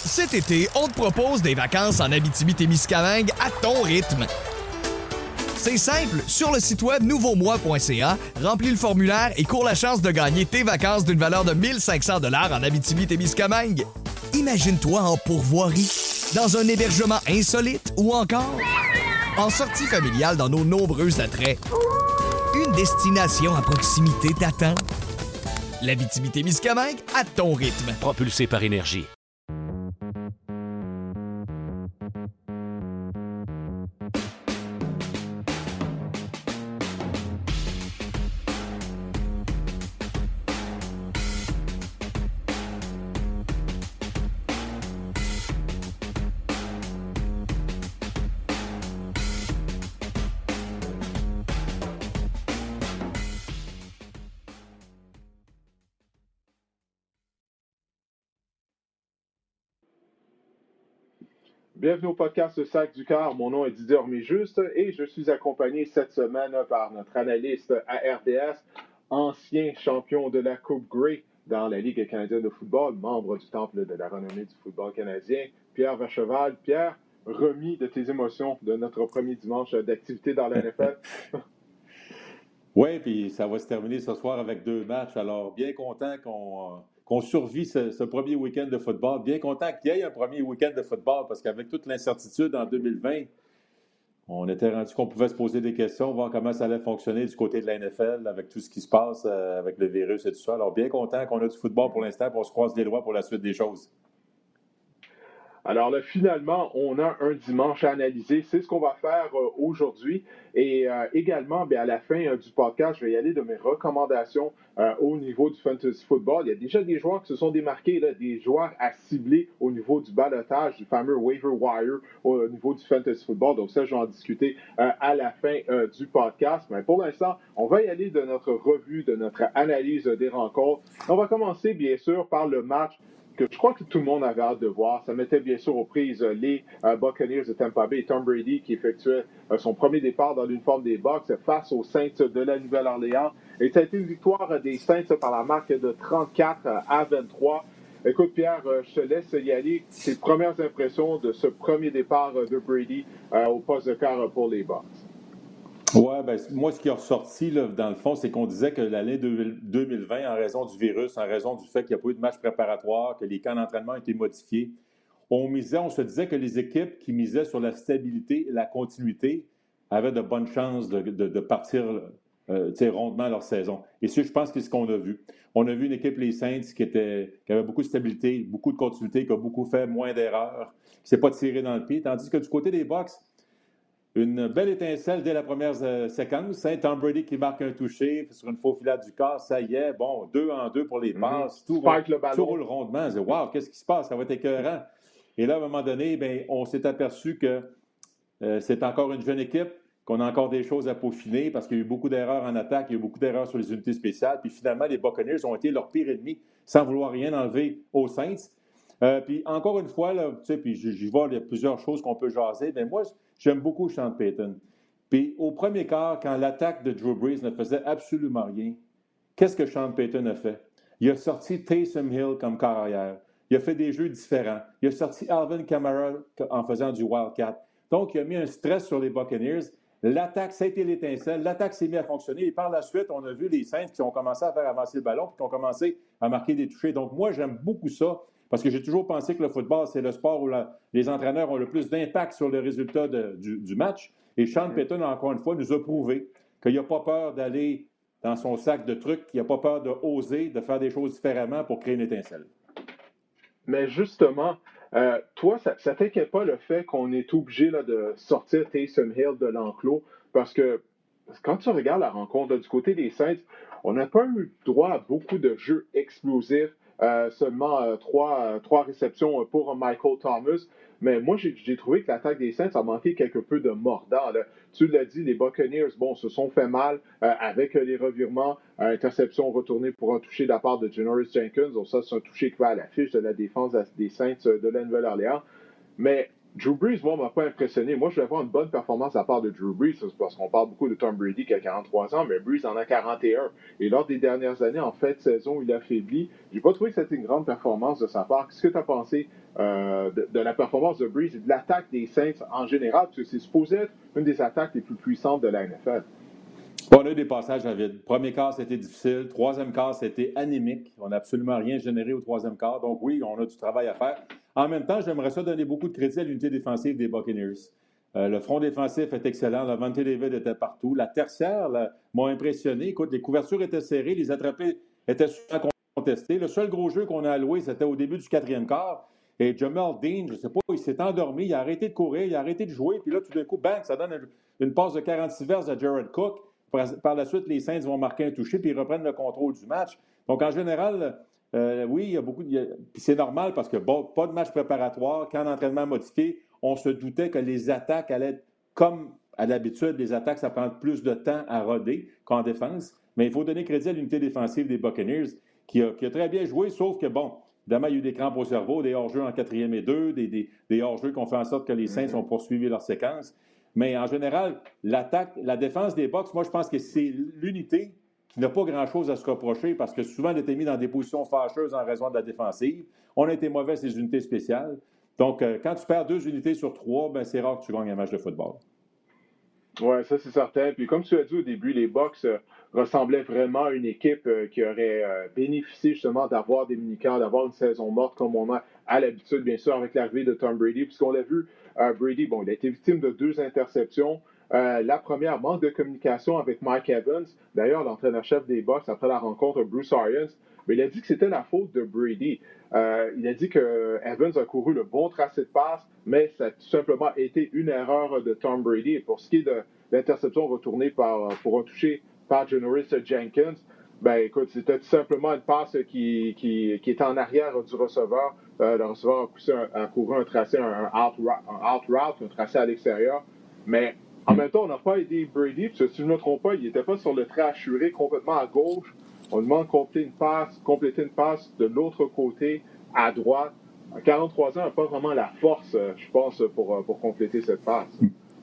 Cet été, on te propose des vacances en Abitibi-Témiscamingue à ton rythme. C'est simple, sur le site web nouveaumois.ca, remplis le formulaire et cours la chance de gagner tes vacances d'une valeur de 1 500 $ en Abitibi-Témiscamingue. Imagine-toi en pourvoirie, dans un hébergement insolite ou encore en sortie familiale dans nos nombreux attraits. Une destination à proximité t'attend. L'Abitibi-Témiscamingue à ton rythme. Propulsé par Énergie. Bienvenue au podcast Le Sac du Cœur. Mon nom est Didier Orméjuste et je suis accompagné cette semaine par notre analyste à RDS, ancien champion de la Coupe Grey dans la Ligue canadienne de football, membre du Temple de la renommée du football canadien, Pierre Vercheval. Pierre, remis de tes émotions de notre premier dimanche d'activité dans la NFL. Oui, puis ça va se terminer ce soir avec 2 matchs. Alors, bien content qu'on survit ce premier week-end de football. Bien content qu'il y ait un premier week-end de football parce qu'avec toute l'incertitude en 2020, on était rendu qu'on pouvait se poser des questions, voir comment ça allait fonctionner du côté de la NFL avec tout ce qui se passe avec le virus et tout ça. Alors, bien content qu'on a du football pour l'instant, puis on se croise les doigts pour la suite des choses. Alors là, finalement, on a un dimanche à analyser. C'est ce qu'on va faire aujourd'hui. Et également, bien, à la fin du podcast, je vais y aller de mes recommandations au niveau du fantasy football. Il y a déjà des joueurs qui se sont démarqués, là, des joueurs à cibler au niveau du balotage, du fameux waiver wire au niveau du fantasy football. Donc ça, je vais en discuter à la fin du podcast. Mais pour l'instant, on va y aller de notre revue, de notre analyse des rencontres. On va commencer, bien sûr, par le match que je crois que tout le monde avait hâte de voir. Ça mettait bien sûr aux prises les Buccaneers de Tampa Bay et Tom Brady qui effectuait son premier départ dans l'uniforme des Bucs face aux Saints de la Nouvelle-Orléans. Et ça a été une victoire des Saints par la marque de 34-23. Écoute, Pierre, je te laisse y aller. Tes premières impressions de ce premier départ de Brady au poste de quart pour les Bucs. Oui, bien, moi, ce qui est ressorti, là, dans le fond, c'est qu'on disait que l'année 2020, en raison du virus, en raison du fait qu'il n'y a pas eu de match préparatoire, que les camps d'entraînement ont été modifiés, on se disait que les équipes qui misaient sur la stabilité et la continuité avaient de bonnes chances de partir rondement leur saison. Et ça, je pense que c'est ce qu'on a vu. On a vu une équipe, les Saints, qui avait beaucoup de stabilité, beaucoup de continuité, qui a beaucoup fait moins d'erreurs, qui ne s'est pas tiré dans le pied, tandis que du côté des Bucs, une belle étincelle dès la première séquence. Tom Brady qui marque un touché sur une faux filade du corps. Ça y est, bon, 2-en-2 pour les passes. Tout roule rondement. Wow, qu'est-ce qui se passe? Ça va être écœurant. Et là, à un moment donné, bien, on s'est aperçu que c'est encore une jeune équipe, qu'on a encore des choses à peaufiner parce qu'il y a eu beaucoup d'erreurs en attaque, il y a eu beaucoup d'erreurs sur les unités spéciales. Puis finalement, les Buccaneers ont été leur pire ennemi sans vouloir rien enlever aux Saints. Puis encore une fois, là, puis j'y vois, il y a plusieurs choses qu'on peut jaser, mais moi, j'aime beaucoup Sean Payton. Puis au premier quart, quand l'attaque de Drew Brees ne faisait absolument rien, qu'est-ce que Sean Payton a fait? Il a sorti Taysom Hill comme carrière. Il a fait des jeux différents. Il a sorti Alvin Kamara en faisant du Wildcat. Donc, il a mis un stress sur les Buccaneers. L'attaque, ça a été l'étincelle. L'attaque s'est mise à fonctionner. Et par la suite, on a vu les Saints qui ont commencé à faire avancer le ballon et qui ont commencé à marquer des touchés. Donc, moi, j'aime beaucoup ça. Parce que j'ai toujours pensé que le football, c'est le sport où les entraîneurs ont le plus d'impact sur le résultat du match. Et Sean Payton, encore une fois, nous a prouvé qu'il n'a pas peur d'aller dans son sac de trucs, qu'il n'a pas peur d'oser, de faire des choses différemment pour créer une étincelle. Mais justement, toi, ça ne t'inquiète pas le fait qu'on est obligé là, de sortir Taysom Hill de l'enclos? Parce que quand tu regardes la rencontre là, du côté des Saints, on n'a pas eu droit à beaucoup de jeux explosifs. Seulement trois réceptions pour Michael Thomas. Mais moi, j'ai trouvé que l'attaque des Saints a manqué quelque peu de mordant. Là. Tu l'as dit, les Buccaneers, se sont fait mal avec les revirements. Interception retournée pour un toucher de la part de Janoris Jenkins. Donc ça, c'est un toucher qui va à l'affiche de la défense des Saints de la Nouvelle-Orléans. Mais Drew Brees, moi, m'a pas impressionné. Moi, je vais voir une bonne performance à part de Drew Brees, parce qu'on parle beaucoup de Tom Brady qui a 43 ans, mais Brees en a 41. Et lors des dernières années, en fait de saison, il a faibli. J'ai pas trouvé que c'était une grande performance de sa part. Qu'est-ce que tu as pensé de la performance de Brees et de l'attaque des Saints en général? Parce que c'est supposé être une des attaques les plus puissantes de la NFL. Bon, on a eu des passages à vide. Premier quart, c'était difficile. Troisième quart, c'était anémique. On n'a absolument rien généré au troisième quart. Donc oui, on a du travail à faire. En même temps, j'aimerais ça donner beaucoup de crédit à l'unité défensive des Buccaneers. Le front défensif est excellent. Lavonte David était partout. La tertiaire m'a impressionné. Écoute, les couvertures étaient serrées. Les attrapés étaient souvent contestés. Le seul gros jeu qu'on a alloué, c'était au début du quatrième quart. Et Jamal Dean, je ne sais pas, il s'est endormi. Il a arrêté de courir. Il a arrêté de jouer. Puis là, tout d'un coup, bang, ça donne une passe de 46 verges à Jared Cook. Par la suite, les Saints vont marquer un touché puis ils reprennent le contrôle du match. Donc, en général, oui, il y a beaucoup de... Puis c'est normal parce que, bon, pas de match préparatoire, camp d'entraînement modifié, on se doutait que les attaques allaient être comme à l'habitude. Les attaques, ça prend plus de temps à roder qu'en défense. Mais il faut donner crédit à l'unité défensive des Buccaneers qui a très bien joué, sauf que, bon, évidemment, il y a eu des crampes au cerveau, des hors-jeux en 4e et 2, des hors-jeux qui ont fait en sorte que les Saints ont poursuivi leur séquence. Mais en général, la défense des Bucs, moi, je pense que c'est l'unité qui n'a pas grand-chose à se reprocher parce que souvent, elle était mise dans des positions fâcheuses en raison de la défensive. On a été mauvais ces unités spéciales. Donc, quand tu perds 2 unités sur 3, ben, c'est rare que tu gagnes un match de football. Oui, ça c'est certain. Puis comme tu as dit au début, les Bucks ressemblaient vraiment à une équipe qui aurait bénéficié justement d'avoir des mini-camps, d'avoir une saison morte comme on a à l'habitude, bien sûr, avec l'arrivée de Tom Brady. Puisqu'on l'a vu, Brady, bon, il a été victime de 2 interceptions. La première, manque de communication avec Mike Evans. D'ailleurs, l'entraîneur-chef des Bucks, après la rencontre, Bruce Arians, mais il a dit que c'était la faute de Brady. Il a dit que Evans a couru le bon tracé de passe, mais ça a tout simplement été une erreur de Tom Brady. Et pour ce qui est de l'interception retournée pour un toucher par Janoris Jenkins, ben écoute, c'était tout simplement une passe qui était en arrière du receveur. Le receveur a couru un tracé, un out route, un tracé à l'extérieur. Mais en même temps, on n'a pas aidé Brady, parce que si je ne me trompe pas, il n'était pas sur le trait assuré complètement à gauche. On demande de compléter une passe de l'autre côté, à droite. À 43 ans, on n'a pas vraiment la force, je pense, pour compléter cette passe.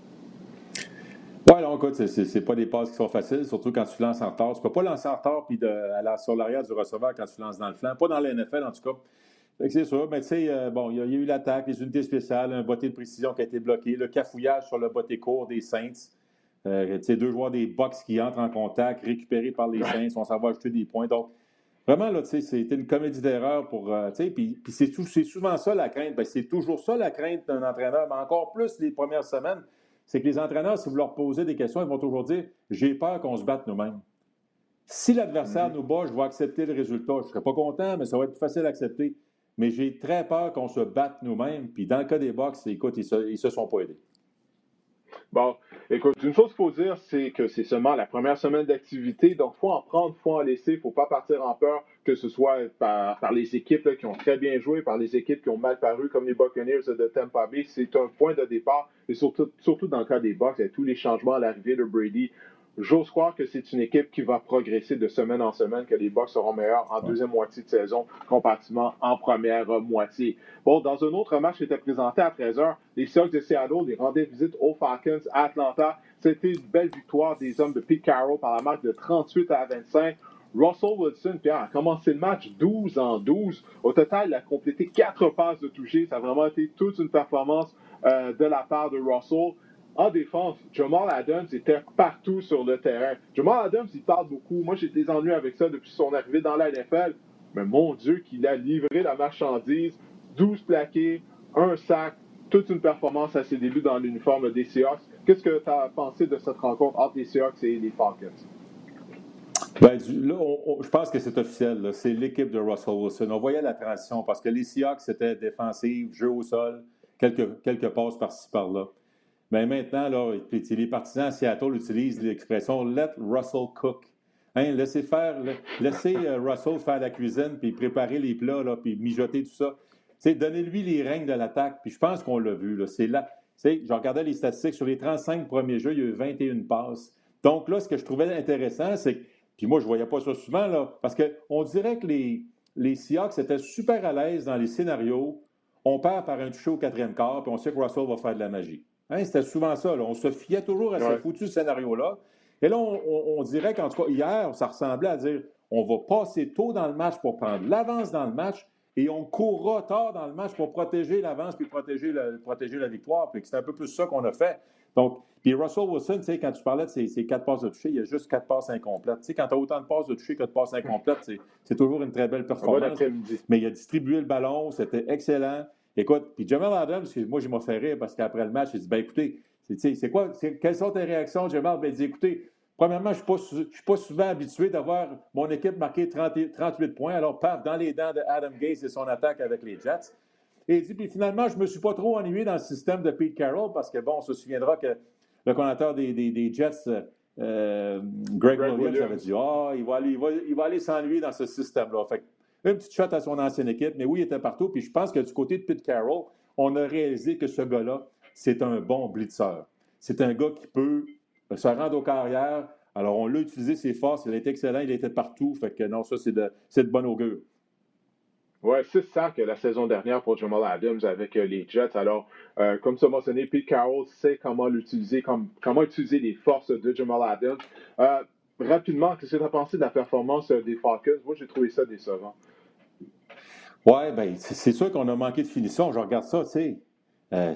Oui, non, écoute, c'est pas des passes qui sont faciles, surtout quand tu lances en retard. Tu ne peux pas lancer en retard puis sur l'arrière du receveur quand tu lances dans le flanc. Pas dans la NFL, en tout cas. C'est sûr, mais tu sais, bon, il y a eu l'attaque, les unités spéciales, un botté de précision qui a été bloqué, le cafouillage sur le botté court des Saints. Tu sais, 2 joueurs des Bucs qui entrent en contact, récupérés par les Saints, on s'en va ajouter des points. Donc, vraiment, là, tu sais, c'était une comédie d'erreurs pour, tu sais, puis c'est souvent ça la crainte. Ben, c'est toujours ça la crainte d'un entraîneur, mais encore plus les premières semaines, c'est que les entraîneurs, si vous leur posez des questions, ils vont toujours dire « J'ai peur qu'on se batte nous-mêmes ». Si l'adversaire nous bat, je vais accepter le résultat. Je ne serai pas content, mais ça va être facile à accepter. Mais j'ai très peur qu'on se batte nous-mêmes. Puis dans le cas des Bucs, écoute, ils se sont pas aidés. Bon, écoute, une chose qu'il faut dire, c'est que c'est seulement la première semaine d'activité, donc il faut en prendre, il faut en laisser, il ne faut pas partir en peur, que ce soit par les équipes là, qui ont très bien joué, par les équipes qui ont mal paru, comme les Buccaneers de Tampa Bay. C'est un point de départ, et surtout dans le cas des Bucs, avec tous les changements à l'arrivée de Brady. J'ose croire que c'est une équipe qui va progresser de semaine en semaine, que les Bucs seront meilleurs en deuxième moitié de saison comparativement en première moitié. Bon, dans un autre match qui était présenté à 13h, les Seahawks de Seattle les rendaient visite aux Falcons à Atlanta. C'était une belle victoire des hommes de Pete Carroll par la marque de 38-25. Russell Wilson, Pierre, a commencé le match 12 en 12. Au total, il a complété 4 passes de toucher. Ça a vraiment été toute une performance de la part de Russell. En défense, Jamal Adams était partout sur le terrain. Jamal Adams, il parle beaucoup. Moi, j'ai des ennuis avec ça depuis son arrivée dans la NFL. Mais mon Dieu, qu'il a livré la marchandise. 12 plaqués, 1 sac, toute une performance à ses débuts dans l'uniforme des Seahawks. Qu'est-ce que tu as pensé de cette rencontre entre les Seahawks et les Falcons? Bien, là, je pense que c'est officiel. Là. C'est l'équipe de Russell Wilson. On voyait la transition parce que les Seahawks, c'était défensive, jeu au sol, quelques passes par-ci, par-là. Mais maintenant, là, les partisans à Seattle utilisent l'expression « let Russell cook ». Hein, laissez Russell faire la cuisine, puis préparer les plats, là, puis mijoter tout ça. Donnez-lui les règnes de l'attaque. Puis je pense qu'on l'a vu. Là, je regardais les statistiques. Sur les 35 premiers jeux, il y a eu 21 passes. Donc là, ce que je trouvais intéressant, c'est que... Puis moi, je ne voyais pas ça souvent, là, parce qu'on dirait que les Seahawks étaient super à l'aise dans les scénarios. on perd par un toucher au 4e quart, puis on sait que Russell va faire de la magie. Hein, c'était souvent ça. Là. On se fiait toujours à ce foutu scénario-là. Et là, on dirait qu'en tout cas, hier, ça ressemblait à dire on va passer tôt dans le match pour prendre l'avance dans le match et on courra tard dans le match pour protéger l'avance puis protéger la victoire. Puis c'est un peu plus ça qu'on a fait. Donc, puis Russell Wilson, tu sais, quand tu parlais de ses 4 passes de toucher, il y a juste 4 passes incomplètes. Tu sais, quand tu as autant de passes de toucher que de passes incomplètes, c'est toujours une très belle performance. Mais il a distribué le ballon, c'était excellent. Écoute, puis Jamal Adams, moi, je m'ai fait rire parce qu'après le match, il dit écoutez, quelles sont tes réactions, Jamal? Il dit écoutez, premièrement, je ne suis pas souvent habitué d'avoir mon équipe marquer 38 points. Alors, paf, dans les dents de Adam Gase et son attaque avec les Jets. Et il dit, puis finalement, je ne me suis pas trop ennuyé dans le système de Pete Carroll parce que, bon, on se souviendra que le coordinateur des Jets, Greg Williams, avait dit, il va aller s'ennuyer dans ce système-là. Fait une petite shot à son ancienne équipe, mais oui, il était partout. Puis je pense que du côté de Pete Carroll, on a réalisé que ce gars-là, c'est un bon blitzer. C'est un gars qui peut se rendre aux carrières. Alors, on l'a utilisé, ses forces. Il a été excellent, il était partout. Fait que non, ça, c'est de bonne augure. Oui, 6 sacs la saison dernière pour Jamal Adams avec les Jets. Alors, comme tu as mentionné, Pete Carroll sait comment l'utiliser, comment utiliser les forces de Jamal Adams. Rapidement, qu'est-ce que tu as pensé de la performance des Falcons? Moi, j'ai trouvé ça décevant. Oui, bien, c'est sûr qu'on a manqué de finition. Je regarde ça, tu sais.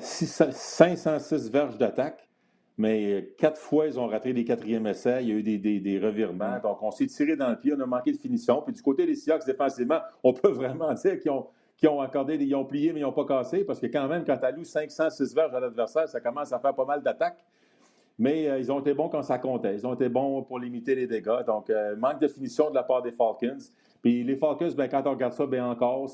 506 verges d'attaque, mais 4 fois, ils ont raté des 4e essais. Il y a eu des revirements. Donc, on s'est tiré dans le pied. On a manqué de finition. Puis du côté des Seahawks, défensivement, on peut vraiment dire qu'ils ont plié, mais ils n'ont pas cassé. Parce que quand même, quand tu alloues 506 verges à l'adversaire, ça commence à faire pas mal d'attaques. Mais ils ont été bons quand ça comptait. Ils ont été bons pour limiter les dégâts. Donc, manque de finition de la part des Falcons. Puis les Falcons, bien, quand on regarde ça, bien encore,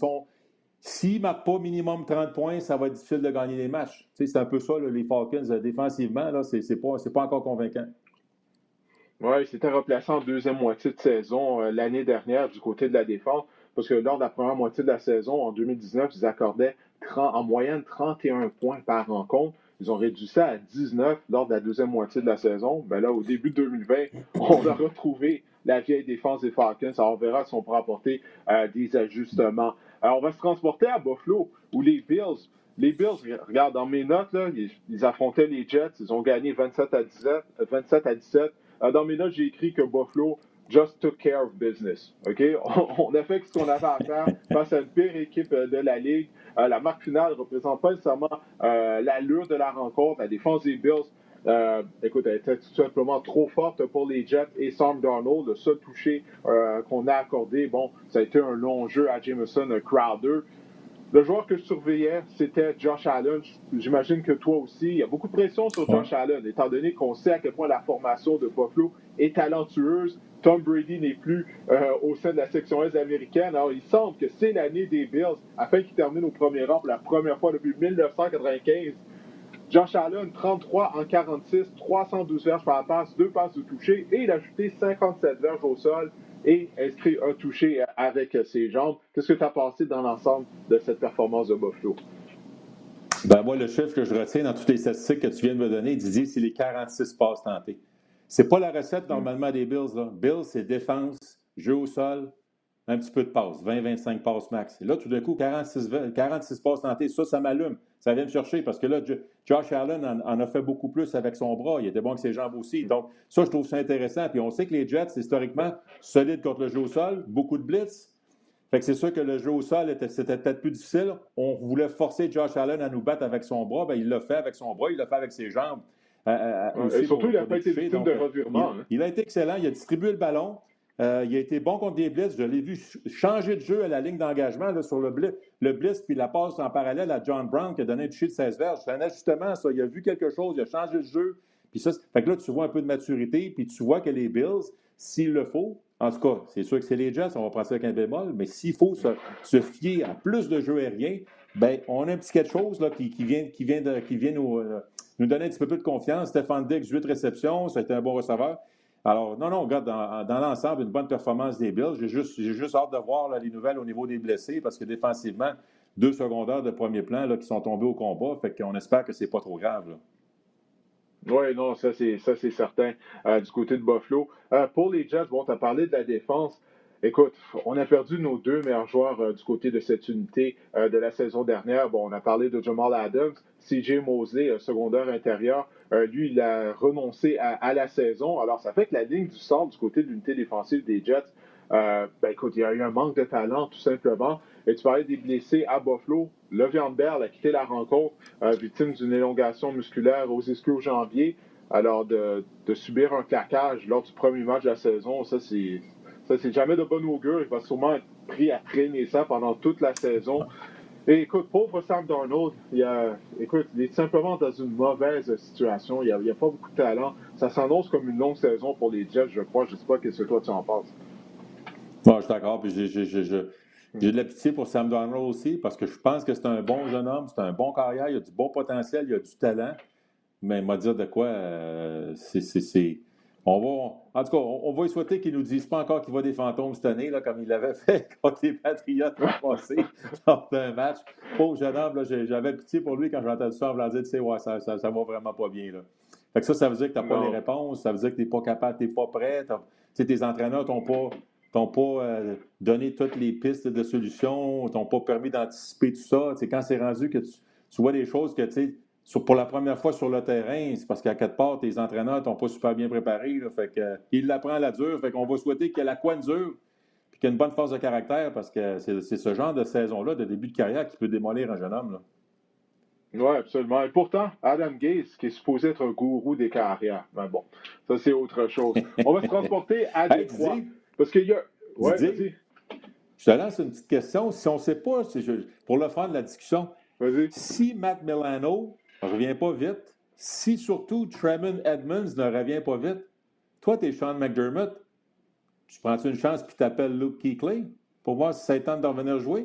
s'ils ne marquent pas minimum 30 points, ça va être difficile de gagner les matchs. Tu sais, c'est un peu ça, là, les Falcons, défensivement, là, c'est pas encore convaincant. Oui, il s'était replacé en deuxième moitié de saison l'année dernière du côté de la défense, parce que lors de la première moitié de la saison, en 2019, ils accordaient en moyenne 31 points par rencontre. Ils ont réduit ça à 19 lors de la deuxième moitié de la saison. Ben là, au début de 2020, on a retrouvé la vieille défense des Falcons. Alors, on verra si on pourra apporter des ajustements. Alors, on va se transporter à Buffalo, où les Bills, regarde, dans mes notes, là, ils affrontaient les Jets. Ils ont gagné 27 à 17. Dans mes notes, j'ai écrit que Buffalo just took care of business. OK? On a fait ce qu'on avait à faire face à une pire équipe de la Ligue. La marque finale ne représente pas nécessairement l'allure de la rencontre. La défense des Bills, écoute, elle était tout simplement trop forte pour les Jets et Sam Darnold. Le seul touché qu'on a accordé, bon, ça a été un long jeu à Jameson Crowder. Le joueur que je surveillais, c'était Josh Allen. J'imagine que toi aussi, il y a beaucoup de pression sur Josh Allen, étant donné qu'on sait à quel point la formation de Buffalo est talentueuse. Tom Brady n'est plus au sein de la section Est américaine. Alors, il semble que c'est l'année des Bills, afin qu'ils terminent au premier rang pour la première fois depuis 1995. Josh Allen, 33 en 46, 312 verges par la passe, 2 passes de toucher, et il a ajouté 57 verges au sol et inscrit un touché avec ses jambes. Qu'est-ce que tu as pensé dans l'ensemble de cette performance de Buffalo? Ben moi, le chiffre que je retiens dans toutes les statistiques que tu viens de me donner, Didier, c'est les 46 passes tentées. C'est pas la recette normalement des Bills, là. Bills, c'est défense, jeu au sol, un petit peu de passe, 20-25 passes max. Et là, tout d'un coup, 46 passes tentées, ça m'allume. Ça vient me chercher parce que là, Josh Allen en a fait beaucoup plus avec son bras. Il était bon avec ses jambes aussi. Donc, ça, je trouve ça intéressant. Puis on sait que les Jets, historiquement, solides contre le jeu au sol, beaucoup de blitz. Fait que c'est sûr que le jeu au sol, c'était peut-être plus difficile. On voulait forcer Josh Allen à nous battre avec son bras. Bien, il l'a fait avec son bras, il l'a fait avec ses jambes. Et surtout, il n'a pas été victime de revirement. Il a été excellent. Il a distribué le ballon. Il a été bon contre des blitz. Je l'ai vu changer de jeu à la ligne d'engagement là, sur le blitz, puis la passe en parallèle à John Brown qui a donné un toucher de 16 verges. C'est un ajustement, ça. Il a vu quelque chose, il a changé de jeu. Puis ça, fait que là, tu vois un peu de maturité, puis tu vois que les Bills, s'il le faut, en tout cas, c'est sûr que c'est les Jets, on va prendre ça avec un bémol, mais s'il faut se fier à plus de jeux aériens, bien, on a un petit quelque chose là, qui vient nous donner un petit peu plus de confiance. Stéphane Diggs, 8 réceptions, ça a été un bon receveur. Alors, non, regarde, dans l'ensemble, une bonne performance des Bills. J'ai juste hâte de voir là, les nouvelles au niveau des blessés parce que défensivement, 2 secondaires de premier plan là, qui sont tombés au combat. Fait qu'on espère que c'est pas trop grave. Là. Oui, non, ça c'est certain du côté de Buffalo. Pour les Jets, bon, tu as parlé de la défense. Écoute, on a perdu nos deux meilleurs joueurs du côté de cette unité de la saison dernière. Bon, on a parlé de Jamal Adams, CJ Mosley, secondaire intérieur. Lui, il a renoncé à la saison. Alors, ça fait que la ligne du centre du côté de l'unité défensive des Jets, écoute, il y a eu un manque de talent, tout simplement. Et tu parlais des blessés à Buffalo. Le'Veon Bell a quitté la rencontre, victime d'une élongation musculaire aux ischio-jambiers. Alors, de subir un claquage lors du premier match de la saison, ça, c'est jamais de bon augure. Il va sûrement être pris à traîner ça pendant toute la saison. Et écoute, pauvre Sam Darnold, il est simplement dans une mauvaise situation. Il n'y a pas beaucoup de talent. Ça s'annonce comme une longue saison pour les Jets, je crois. Je ne sais pas ce que toi tu en penses. Bon, je suis d'accord. Puis j'ai de la pitié pour Sam Darnold aussi parce que je pense que c'est un bon jeune homme, c'est un bon carrière, il a du bon potentiel, il a du talent. Mais il m'a dit de quoi, en tout cas, on va lui souhaiter qu'il ne nous dise pas encore qu'il voit des fantômes cette année, là, comme il l'avait fait contre les Patriots l'an passé, lors d'un match. Pauvre jeune homme, là, j'avais pitié pour lui quand j'ai entendu ça en voulant dire, tu sais, ouais, ça va vraiment pas bien. Là. Fait que ça veut dire que tu n'as pas les réponses, ça veut dire que tu n'es pas capable, tu n'es pas prêt. Tes entraîneurs t'ont pas donné toutes les pistes de solutions, t'ont pas permis d'anticiper tout ça. T'sais, quand c'est rendu que tu vois des choses que, tu sais, pour la première fois sur le terrain, c'est parce qu'à quelque part, tes entraîneurs t'ont pas super bien préparé. Là, fait que, il l'apprend à la dure. Fait qu'on va souhaiter qu'il ait la coine dure et qu'il ait une bonne force de caractère parce que c'est ce genre de saison-là, de début de carrière, qui peut démolir un jeune homme. Oui, absolument. Et pourtant, Adam Gase, qui est supposé être un gourou des carrières. Mais bon, ça, c'est autre chose. On va se transporter à Détroit. Parce qu'il y a... Ouais, vas-y. Je te lance une petite question. Si on ne sait pas, pour le fond de la discussion, si Matt Milano ne revient pas vite, si surtout Tremon Edmonds ne revient pas vite, toi, tu es Sean McDermott, tu prends-tu une chance puis tu appelles Luke Kuechly pour voir si ça tente de revenir jouer?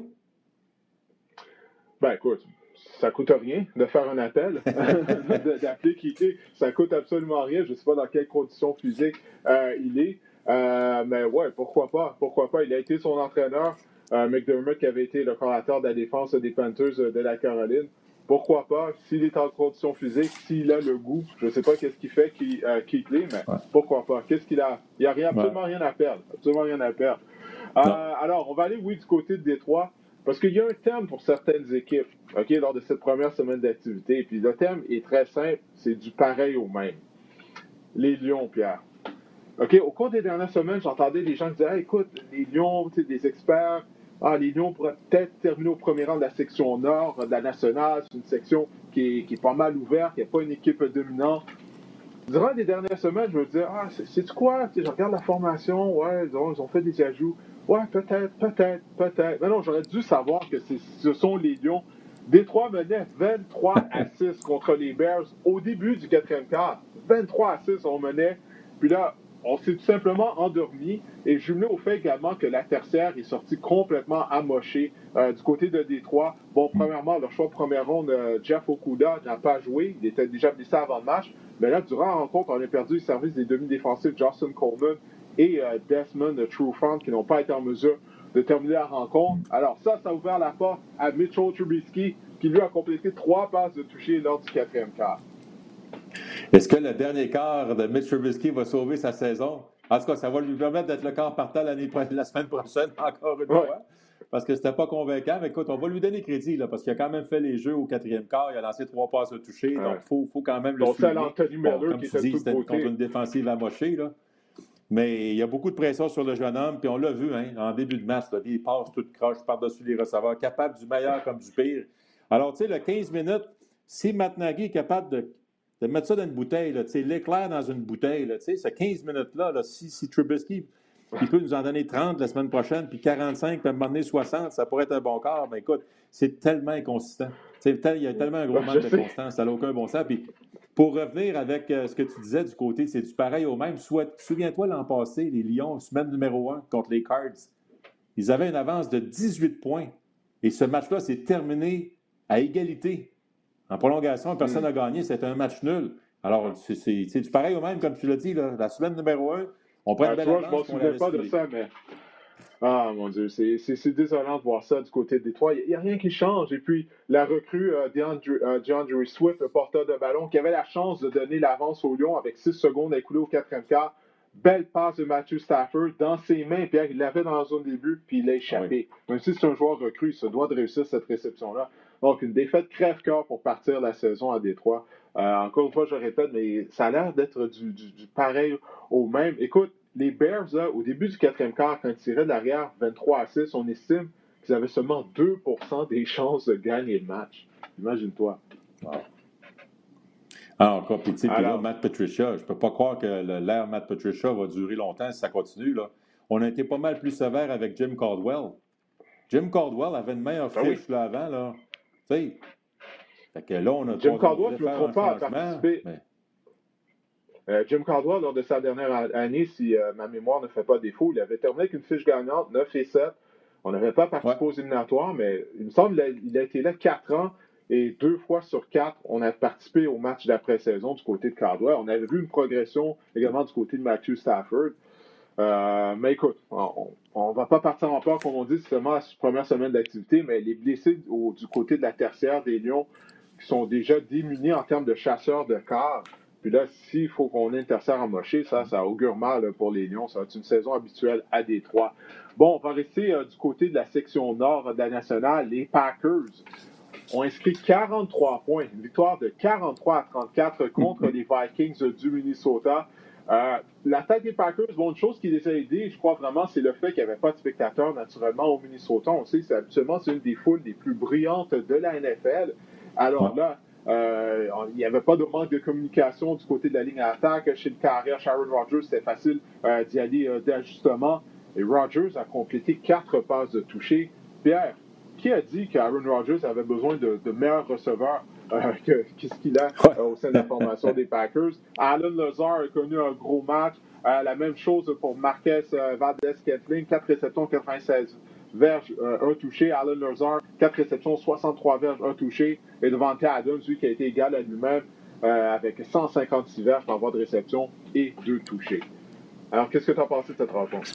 Ben écoute, ça ne coûte rien de faire un appel, d'appeler Kuechly. Ça ne coûte absolument rien. Je ne sais pas dans quelles conditions physiques il est. Mais ouais, pourquoi pas? Pourquoi pas? Il a été son entraîneur, McDermott, qui avait été le coordinateur de la défense des Panthers de la Caroline. Pourquoi pas? S'il est en condition physique, s'il a le goût, je ne sais pas qu'est-ce qu'il fait Kuechly, mais pourquoi pas? Qu'est-ce qu'il a? Il n'y a absolument rien à perdre. Absolument rien à perdre. Alors, on va aller, du côté de Détroit, parce qu'il y a un thème pour certaines équipes, lors de cette première semaine d'activité. Et puis le thème est très simple, c'est du pareil au même. Les Lions, Pierre. Au cours des dernières semaines, j'entendais des gens qui disaient écoute, les Lions, des experts, les Lions pourraient peut-être terminer au premier rang de la section nord de la nationale. C'est une section qui est pas mal ouverte, il n'y a pas une équipe dominante. Durant les dernières semaines, je me disais c'est quoi? Je regarde la formation, ils ont fait des ajouts. Ouais, peut-être. Mais non, j'aurais dû savoir que ce sont les Lions. Détroit menait 23-6 contre les Bears au début du quatrième quart. 23-6, on menait. Puis là, on s'est tout simplement endormi. Et jumelé au fait également que la tertiaire est sortie complètement amochée du côté de Détroit. Bon, premièrement, leur choix de première ronde, Jeff Okudah n'a pas joué. Il était déjà blessé avant le match. Mais là, durant la rencontre, on a perdu le service des demi-défensifs Justin Coleman et Desmond Trufant qui n'ont pas été en mesure de terminer la rencontre. Alors ça a ouvert la porte à Mitchell Trubisky qui lui a complété 3 passes de toucher lors du quatrième quart. Est-ce que le dernier quart de Mitch Trubisky va sauver sa saison? En tout cas, ça va lui permettre d'être le quart partant la semaine prochaine, encore une fois. Parce que c'était pas convaincant. Mais écoute, on va lui donner crédit, là, parce qu'il a quand même fait les jeux au quatrième quart. Il a lancé 3 passes de toucher. Donc, il faut quand même le souligner. Comme tu dis, c'était contre une défensive amochée, là. Mais il y a beaucoup de pression sur le jeune homme. Puis on l'a vu, en début de match, là, il passe tout croche par-dessus les receveurs, capable du meilleur comme du pire. Alors, tu sais, le 15 minutes, si Matt Nagy est capable de mettre ça dans une bouteille, là, l'éclair dans une bouteille, là, ce 15 minutes-là, là, si Trubisky il peut nous en donner 30 la semaine prochaine, puis 45, puis à un moment donné 60, ça pourrait être un bon quart. Mais écoute, c'est tellement inconsistant. Il y a tellement un gros manque de constance, ça n'a aucun bon sens. Puis pour revenir avec ce que tu disais du côté, c'est du pareil au même. Souviens-toi l'an passé, les Lions, semaine numéro 1 contre les Cards, ils avaient une avance de 18 points. Et ce match-là s'est terminé à égalité. En prolongation, personne n'a gagné. C'était un match nul. Alors, c'est du pareil au même, comme tu l'as dit, là, la semaine numéro 1. On prend une belle avance. Je ne m'en souviens pas de ça, mais... Ah, mon Dieu, c'est désolant de voir ça du côté de Détroit. Il n'y a rien qui change. Et puis, la recrue DeAndre Swift, le porteur de ballon, qui avait la chance de donner l'avance aux Lions avec 6 secondes à écouler au quatrième quart, Belle passe de Matthew Stafford dans ses mains. Pierre, il l'avait dans la zone début, puis il l'a échappé. Oui. Même si c'est un joueur recru, il se doit de réussir cette réception-là. Donc, une défaite crève-cœur pour partir la saison à Détroit. Encore une fois, je répète, mais ça a l'air d'être du pareil au même. Écoute, les Bears, là, au début du quatrième quart, quand ils tiraient de l'arrière 23-6, on estime qu'ils avaient seulement 2% des chances de gagner le match. Imagine-toi. Wow. Ah, encore, puis là, Matt Patricia, je peux pas croire que l'ère Matt Patricia va durer longtemps si ça continue. Là. On a été pas mal plus sévère avec Jim Caldwell. Jim Caldwell avait une meilleure fiche là, avant. Là. Tu sais. Fait que là, on a Jim Caldwell, je ne me trompe pas, a participé. Jim Caldwell, lors de sa dernière année, si ma mémoire ne fait pas défaut, il avait terminé avec une fiche gagnante, 9-7. On n'avait pas participé aux éliminatoires, mais il me semble qu'il a été là 4 ans. Et 2 fois sur 4, on a participé au match d'après-saison du côté de Caldwell. On avait vu une progression également du côté de Matthew Stafford. Mais écoute, on ne va pas partir en peur, comme on dit, c'est seulement la première semaine d'activité, mais les blessés du côté de la tertiaire des Lions qui sont déjà démunis en termes de chasseurs de quart. Puis là, s'il faut qu'on ait une tertiaire amochée, ça augure mal pour les Lions. Ça va être une saison habituelle à Détroit. Bon, on va rester du côté de la section nord de la nationale. Les Packers ont inscrit 43 points, une victoire de 43-34 contre les Vikings du Minnesota. L'attaque des Packers, une chose qui les a aidés, je crois vraiment, c'est le fait qu'il n'y avait pas de spectateurs naturellement au Minnesota. On sait que habituellement, c'est une des foules les plus brillantes de la NFL. Alors là, il n'y avait pas de manque de communication du côté de la ligne à attaque. Chez le carrière, Aaron Rodgers, c'était facile d'y aller d'ajustement. Et Rodgers a complété 4 passes de toucher. Pierre, qui a dit qu'Aaron Rodgers avait besoin de meilleurs receveurs qu'est-ce qu'il a au sein de la formation des Packers? Alan Lazard a connu un gros match. La même chose pour Marquez Valdez-Scantling, 4 réceptions, 96 verges, 1 touché. Alan Lazard, 4 réceptions, 63 verges, 1 touché. Et Devante Adams, lui, qui a été égal à lui-même avec 156 verges par voie de réception et 2 touchés. Alors, qu'est-ce que tu as pensé de cette rencontre?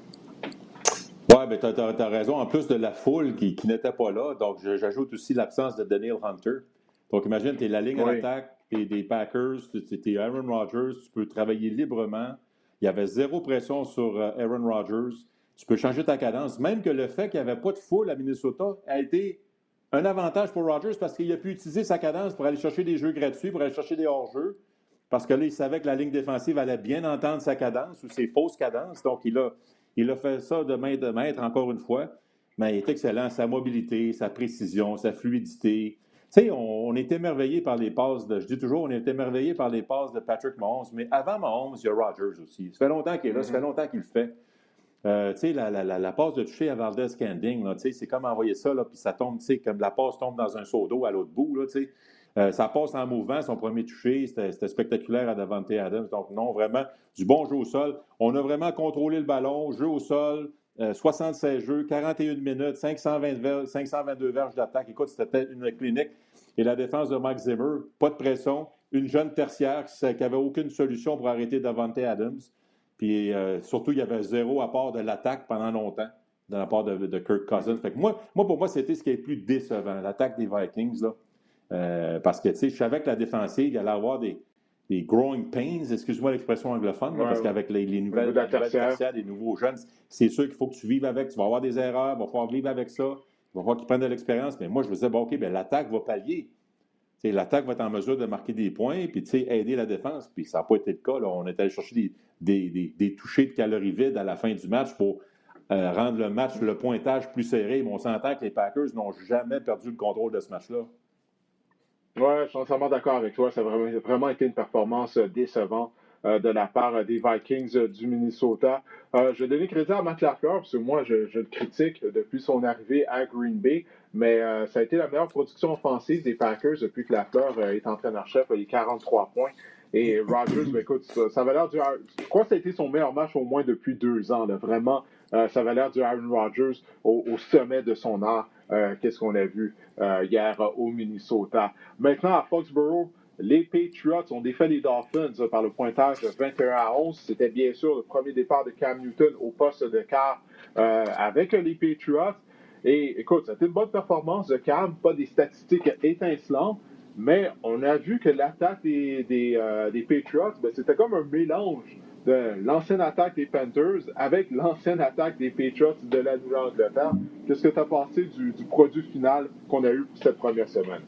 Oui, mais tu as raison. En plus de la foule qui n'était pas là, donc j'ajoute aussi l'absence de Daniel Hunter. Donc, imagine, tu es la ligne à l'attaque des Packers, tu es Aaron Rodgers, tu peux travailler librement. Il y avait zéro pression sur Aaron Rodgers. Tu peux changer ta cadence. Même que le fait qu'il n'y avait pas de foule à Minnesota a été un avantage pour Rodgers parce qu'il a pu utiliser sa cadence pour aller chercher des jeux gratuits, pour aller chercher des hors-jeux. Parce que là, il savait que la ligne défensive allait bien entendre sa cadence ou ses fausses cadences. Donc, il a fait ça de main de maître, encore une fois. Mais il est excellent. Sa mobilité, sa précision, sa fluidité. Tu sais, on est émerveillé par les passes je dis toujours, on est émerveillé par les passes de Patrick Mahomes, mais avant Mahomes, il y a Rodgers aussi. Ça fait longtemps qu'il est là, ça fait longtemps qu'il le fait. Tu sais, la passe de toucher à Valdez-Scantling, tu sais, c'est comme envoyer ça, là, puis ça tombe, tu sais, comme la passe tombe dans un seau d'eau à l'autre bout, là, tu sais. Ça passe en mouvement, son premier touché, c'était spectaculaire à Davante Adams. Donc non, vraiment, du bon jeu au sol. On a vraiment contrôlé le ballon, jeu au sol, 76 jeux, 41 minutes, 522 verges d'attaque. Écoute, c'était une clinique. Et la défense de Mike Zimmer, pas de pression, une jeune tertiaire qui n'avait aucune solution pour arrêter Davante Adams. Puis surtout, il y avait zéro apport de l'attaque pendant longtemps de la part de Kirk Cousins. Fait que pour moi, c'était ce qui est le plus décevant, l'attaque des Vikings, là. Parce que, tu sais, je savais que la défensive, il allait avoir des growing pains, excuse-moi l'expression anglophone, parce qu'avec les nouvelles tertiaires, les nouveaux jeunes, c'est sûr qu'il faut que tu vives avec. Tu vas avoir des erreurs, il va falloir vivre avec ça. Il va falloir qu'ils prennent de l'expérience. Mais moi, je me disais, bon, OK, bien, l'attaque va pallier. T'sais, l'attaque va être en mesure de marquer des points puis aider la défense. Puis ça n'a pas été le cas. Là. On est allé chercher des touchés de calories vides à la fin du match pour rendre le match, le pointage plus serré. Mais on s'entend que les Packers n'ont jamais perdu le contrôle de ce match-là. Oui, je suis entièrement d'accord avec toi. Ça a vraiment été une performance décevante de la part des Vikings du Minnesota. Je vais donner crédit à Matt Lafleur, parce que moi, je le critique depuis son arrivée à Green Bay, mais ça a été la meilleure production offensive des Packers depuis que Lafleur est entraîneur-chef. Il a 43 points. Et Rodgers, écoute, ça avait l'air je crois que ça a été son meilleur match au moins depuis 2 ans. Là. Vraiment, ça avait l'air du Aaron Rodgers au sommet de son art. Qu'est-ce qu'on a vu hier au Minnesota. Maintenant, à Foxborough, les Patriots ont défait les Dolphins par le pointage de 21-11. C'était bien sûr le premier départ de Cam Newton au poste de quart avec les Patriots. Et écoute, c'était une bonne performance de Cam, pas des statistiques étincelantes, mais on a vu que l'attaque des Patriots, c'était comme un mélange de l'ancienne attaque des Panthers avec l'ancienne attaque des Patriots de la Nouvelle-Angleterre. Qu'est-ce que tu as pensé du produit final qu'on a eu pour cette première semaine?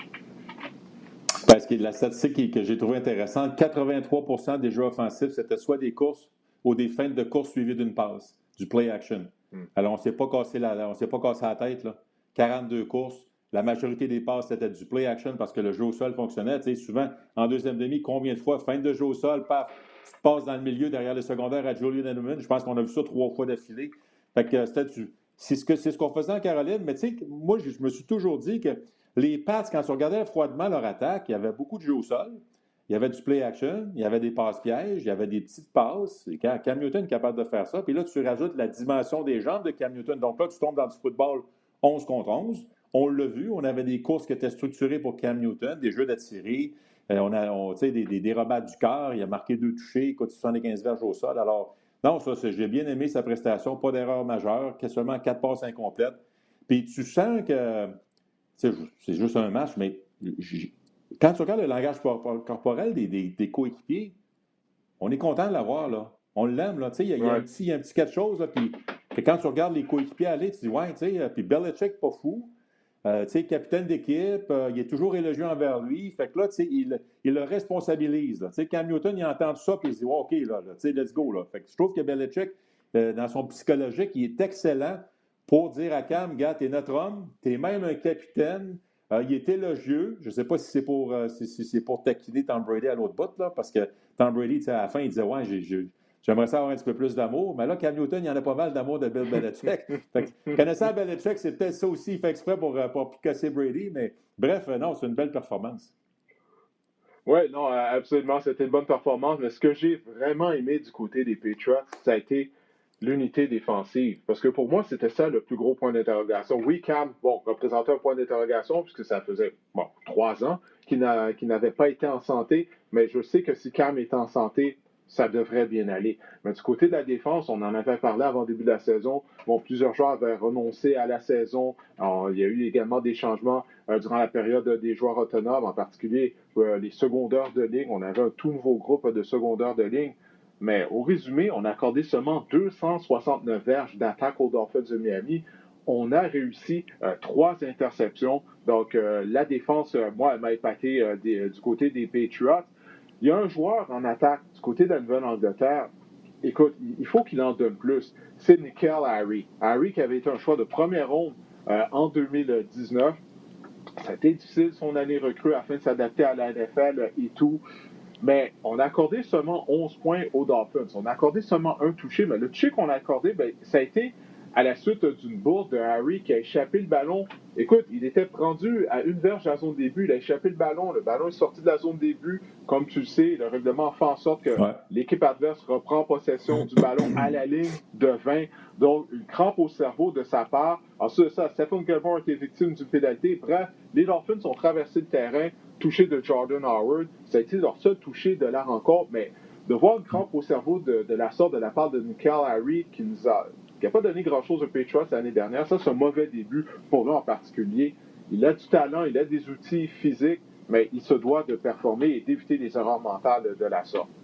Parce que la statistique que j'ai trouvée intéressante, 83% des jeux offensifs, c'était soit des courses ou des feintes de course suivies d'une passe, du play action. Alors, on ne s'est pas cassé la tête, là. 42 courses. La majorité des passes, c'était du play action parce que le jeu au sol fonctionnait. Tu sais, souvent, en deuxième demi, combien de fois, feinte de jeu au sol, paf, tu te passes dans le milieu derrière le secondaire à Julian Edelman. Je pense qu'on a vu ça 3 fois d'affilée. Fait que c'est ce qu'on faisait en Caroline. Mais tu sais, moi, je me suis toujours dit que les Pats, quand tu regardais froidement leur attaque, il y avait beaucoup de jeux au sol. Il y avait du play action, il y avait des passes pièges, il y avait des petites passes. Et quand Cam Newton est capable de faire ça, puis là, tu rajoutes la dimension des jambes de Cam Newton. Donc là, tu tombes dans du football 11 contre 11. On l'a vu, on avait des courses qui étaient structurées pour Cam Newton, des jeux d'attirer, des dérobades du corps. Il a marqué 2 touchés, il coûte 75 verges au sol. Alors, non, ça, j'ai bien aimé sa prestation, pas d'erreur majeure, seulement 4 passes incomplètes. Puis tu sens que c'est juste un match, mais quand tu regardes le langage corporel des coéquipiers, on est content de l'avoir, là. On l'aime, là. Il y a un petit quelque chose, là. Puis quand tu regardes les coéquipiers aller, tu dis, ouais, tu sais, puis Belichick, pas fou. Capitaine d'équipe, il est toujours élogieux envers lui. Fait que là, il le responsabilise. Là. Cam Newton, il entend ça, puis il se dit, ouais, OK, là, let's go. Là. Fait que je trouve que Belichick, dans son psychologique, il est excellent pour dire à Cam, gars, t'es notre homme, t'es même un capitaine. Il est élogieux. Je ne sais pas si c'est pour taquiner Tom Brady à l'autre bout, là, parce que Tom Brady, à la fin, il disait, ouais, j'aimerais ça avoir un petit peu plus d'amour. Mais là, Cam Newton, il y en a pas mal d'amour de Bill Belichick. Connaissant Belichick, c'est peut-être ça aussi. Il fait exprès pour casser Brady. Mais bref, non, c'est une belle performance. Oui, non, absolument. C'était une bonne performance. Mais ce que j'ai vraiment aimé du côté des Patriots, ça a été l'unité défensive. Parce que pour moi, c'était ça le plus gros point d'interrogation. Oui, Cam, représentait un point d'interrogation puisque ça faisait 3 ans qu'il n'avait pas été en santé. Mais je sais que si Cam est en santé, ça devrait bien aller. Mais du côté de la défense, on en avait parlé avant le début de la saison. Plusieurs joueurs avaient renoncé à la saison. Alors, il y a eu également des changements durant la période des joueurs autonomes, en particulier les secondaires de ligne. On avait un tout nouveau groupe de secondaires de ligne. Mais au résumé, on a accordé seulement 269 verges d'attaque aux Dolphins de Miami. On a réussi 3 interceptions. Donc, la défense, moi, elle m'a épaté du côté des Patriots. Il y a un joueur en attaque du côté de la Nouvelle-Angleterre. Écoute, il faut qu'il en donne plus. C'est N'Keal Harry. Harry qui avait été un choix de première ronde en 2019. Ça a été difficile son année recrue afin de s'adapter à la NFL et tout. Mais on a accordé seulement 11 points aux Dolphins. On a accordé seulement un touché, mais le touché qu'on a accordé, ça a été à la suite d'une bourde de Harry qui a échappé le ballon. Écoute, il était rendu à une verge de la zone début. Il a échappé le ballon est sorti de la zone début. Comme tu le sais, le règlement fait en sorte que l'équipe adverse reprend possession du ballon à la ligne de 20. Donc, une crampe au cerveau de sa part. Ensuite de ça, Stephon Gilmore a été victime d'une pénalité. Bref, les Dolphins ont traversé le terrain, touché de Jordan Howard. Ça a été leur seul touché de la rencontre, mais de voir une crampe au cerveau de la sorte de la part de N'Keal Harry qui n'a pas donné grand-chose aux Patriots l'année dernière, ça c'est un mauvais début pour lui en particulier. Il a du talent, il a des outils physiques, mais il se doit de performer et d'éviter les erreurs mentales de la sorte.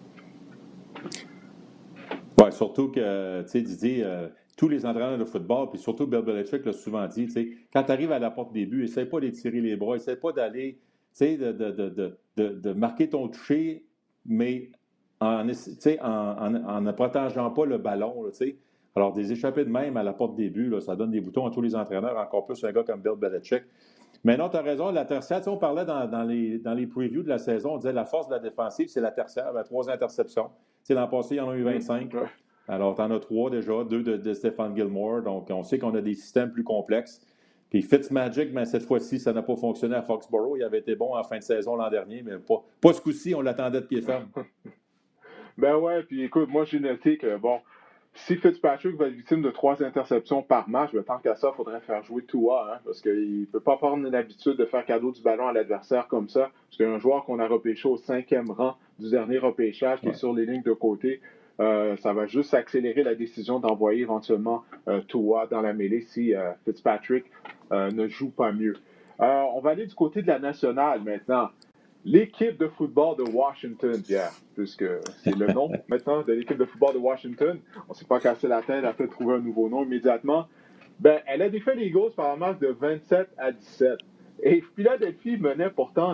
Oui, surtout que, tu sais, Didier, tous les entraîneurs de football, puis surtout Bill Belichick l'a souvent dit, tu sais, quand tu arrives à la porte des buts, essaie pas d'étirer les bras, essaie pas d'aller, tu sais, de marquer ton toucher, mais en ne protégeant pas le ballon, tu sais. Alors, des échappées de même à la porte des buts, là, ça donne des boutons à tous les entraîneurs, encore plus un gars comme Bill Belichick. Mais non, tu as raison, la tertiaire, on parlait dans les previews de la saison, on disait la force de la défensive, c'est la tertiaire, 3 interceptions. L'an passé, il y en a eu 25. Alors, tu en as 3 déjà, 2 de Stephon Gilmore. Donc, on sait qu'on a des systèmes plus complexes. Puis Fitzmagic, mais cette fois-ci, ça n'a pas fonctionné à Foxborough. Il avait été bon en fin de saison l'an dernier, mais pas ce coup-ci, on l'attendait de pied ferme. Ben ouais, puis écoute, moi j'ai noté que, si Fitzpatrick va être victime de 3 interceptions par match, tant qu'à ça, il faudrait faire jouer Tua, parce qu'il ne peut pas prendre l'habitude de faire cadeau du ballon à l'adversaire comme ça. Parce qu'il y a un joueur qu'on a repêché au 5e rang du dernier repêchage qui est sur les lignes de côté. Ça va juste accélérer la décision d'envoyer éventuellement Tua dans la mêlée si Fitzpatrick ne joue pas mieux. On va aller du côté de la nationale maintenant. l'équipe de football de Washington, Pierre, puisque c'est le nom maintenant de l'équipe de football de Washington. On ne s'est pas cassé la tête à peut trouver un nouveau nom immédiatement. Ben, elle a défait les Eagles par un match de 27-17. Et Philadelphie menait pourtant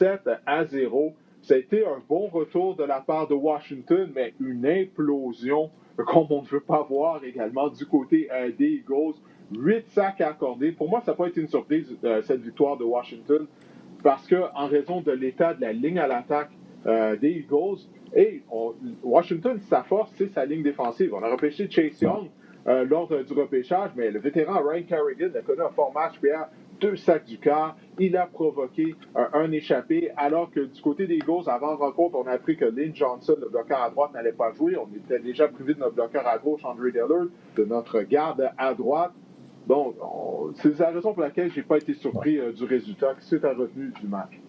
17-0. Ça a été un bon retour de la part de Washington, mais une implosion comme on ne veut pas voir également du côté des Eagles. 8 sacs accordés. Pour moi, ça n'a pas été une surprise, cette victoire de Washington, parce qu'en raison de l'état de la ligne à l'attaque des Eagles, Washington, sa force, c'est sa ligne défensive. On a repêché Chase Young lors du repêchage, mais le vétéran Ryan Kerrigan a connu un fort match, Pierre, 2 sacs du quart. Il a provoqué un échappé, alors que du côté des Eagles, avant la rencontre, on a appris que Lynn Johnson, le bloqueur à droite, n'allait pas jouer. On était déjà privé de notre bloqueur à gauche, Andre Dillard, de notre garde à droite. Donc, c'est la raison pour laquelle je n'ai pas été surpris du résultat. Qu'est-ce que tu as retenu du match?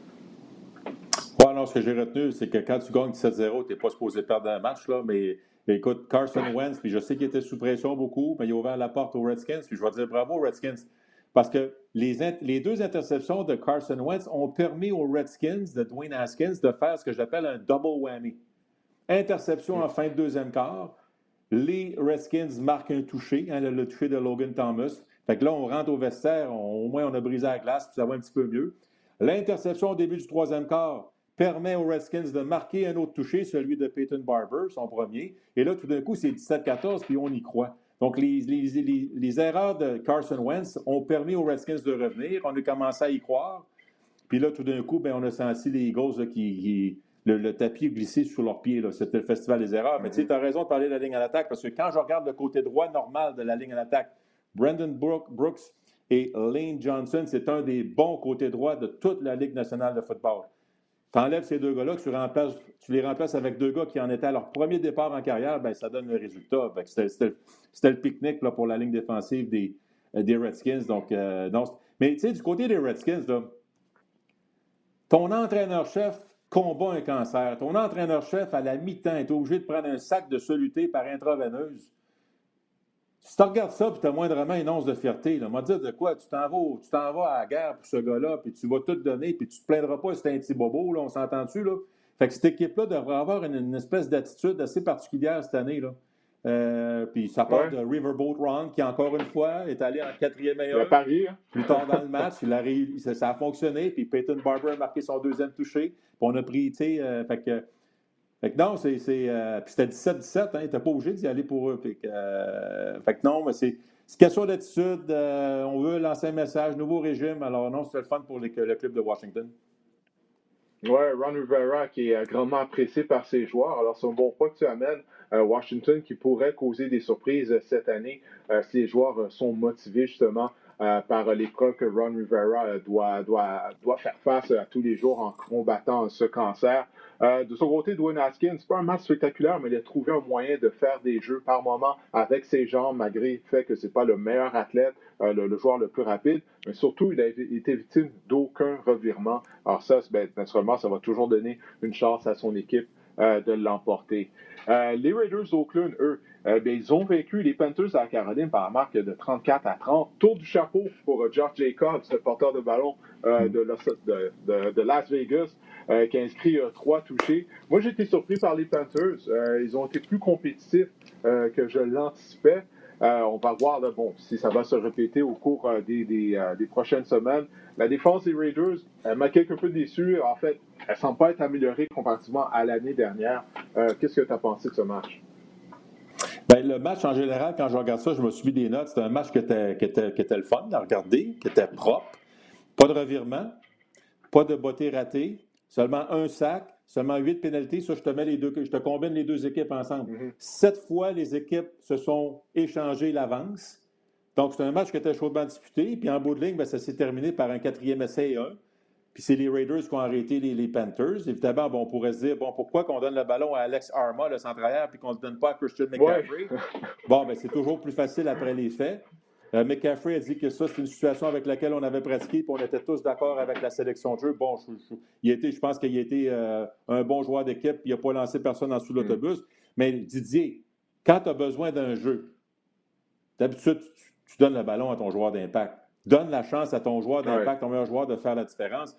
Ouais, non, ce que j'ai retenu, c'est que quand tu gagnes 7-0, tu n'es pas supposé perdre un match, là, mais écoute, Carson Wentz, puis je sais qu'il était sous pression beaucoup, mais il a ouvert la porte aux Redskins, puis je vais dire bravo aux Redskins, parce que les 2 interceptions de Carson Wentz ont permis aux Redskins de Dwayne Haskins de faire ce que j'appelle un double whammy. Interception en fin de deuxième quart, les Redskins marquent un touché, le touché de Logan Thomas. Fait que là, on rentre au vestiaire, au moins on a brisé la glace, puis ça va un petit peu mieux. L'interception au début du troisième quart permet aux Redskins de marquer un autre touché, celui de Peyton Barber, son premier. Et là, tout d'un coup, c'est 17-14, puis on y croit. Donc, les erreurs de Carson Wentz ont permis aux Redskins de revenir. On a commencé à y croire. Puis là, tout d'un coup, on a senti les Eagles là, le tapis glissé sur leurs pieds. Là. C'était le festival des erreurs. Mais tu sais, tu as raison de parler de la ligne à l'attaque, parce que quand je regarde le côté droit normal de la ligne à l'attaque, Brandon Brooks et Lane Johnson, c'est un des bons côtés droits de toute la Ligue nationale de football. Tu enlèves ces 2 gars-là, tu les remplaces avec 2 gars qui en étaient à leur premier départ en carrière, ça donne le résultat. C'était le pique-nique là, pour la ligne défensive des Redskins. Donc, non. Mais tu sais, du côté des Redskins, là, ton entraîneur-chef combat un cancer. Ton entraîneur-chef, à la mi-temps, est obligé de prendre un sac de soluté par intraveineuse. Si tu regardes ça et tu as moindrement une once de fierté, on va dire de quoi? Tu t'en vas à la guerre pour ce gars-là, puis tu vas tout donner, puis tu ne te plaindras pas si c'est un petit bobo, là, on s'entend-tu? Là? Fait que cette équipe-là devrait avoir une espèce d'attitude assez particulière cette année. Là. Puis ça part de Riverboat Ron, qui encore une fois est allé en 4e meilleur. Plus tard dans le match, ça a fonctionné, puis Peyton Barber a marqué son 2e touché, puis on a pris, tu sais, fait que non, puis c'était 17-17, il n'était pas obligé d'y aller pour eux. Fait que non, mais c'est question d'attitude. On veut lancer un message, nouveau régime. Alors non, c'était le fun pour le club de Washington. Oui, Ron Rivera qui est grandement apprécié par ses joueurs. Alors, c'est un bon point que tu amènes. Washington qui pourrait causer des surprises cette année si les joueurs sont motivés justement par l'épreuve que Ron Rivera doit faire face à tous les jours en combattant ce cancer. De son côté, Dwayne Haskins, c'est pas un match spectaculaire, mais il a trouvé un moyen de faire des jeux par moment avec ses jambes, malgré le fait que c'est pas le meilleur athlète, le joueur le plus rapide, mais surtout, il a été victime d'aucun revirement. Alors ça, naturellement, ça va toujours donner une chance à son équipe de l'emporter. Les Raiders d'Oakland, eux, ils ont vaincu les Panthers à la Caroline par la marque de 34-30. Tour du chapeau pour Josh Jacobs, le porteur de ballon de Las Vegas, qui a inscrit 3 touchés. Moi, j'ai été surpris par les Panthers. Ils ont été plus compétitifs que je l'anticipais. On va voir là, si ça va se répéter au cours des prochaines semaines. La défense des Raiders m'a quelque peu déçu. En fait, elle ne semble pas être améliorée comparativement à l'année dernière. Qu'est-ce que tu as pensé de ce match? Le match, en général, quand je regarde ça, je me suis mis des notes. C'était un match qui était le fun à regarder, qui était propre. Pas de revirement, pas de bottée ratée, seulement un sac, seulement 8 pénalités. Ça, je te combine les 2 équipes ensemble. 7 fois, les équipes se sont échangées l'avance. Donc, c'est un match qui était chaudement disputé. Puis, en bout de ligne, ça s'est terminé par un 4e essai et 1. Puis, c'est les Raiders qui ont arrêté les Panthers. Évidemment, on pourrait se dire, pourquoi qu'on donne le ballon à Alex Arma, le centre-arrière, puis qu'on ne le donne pas à Christian McCaffrey? Ouais. C'est toujours plus facile après les faits. McCaffrey a dit que ça, c'est une situation avec laquelle on avait pratiqué, puis on était tous d'accord avec la sélection de jeu. Je pense qu'il a été un bon joueur d'équipe, puis il n'a pas lancé personne en dessous de l'autobus. Mais Didier, quand tu as besoin d'un jeu, d'habitude, tu donnes le ballon à ton joueur d'impact. Donne la chance à ton joueur d'impact, ton meilleur joueur, de faire la différence.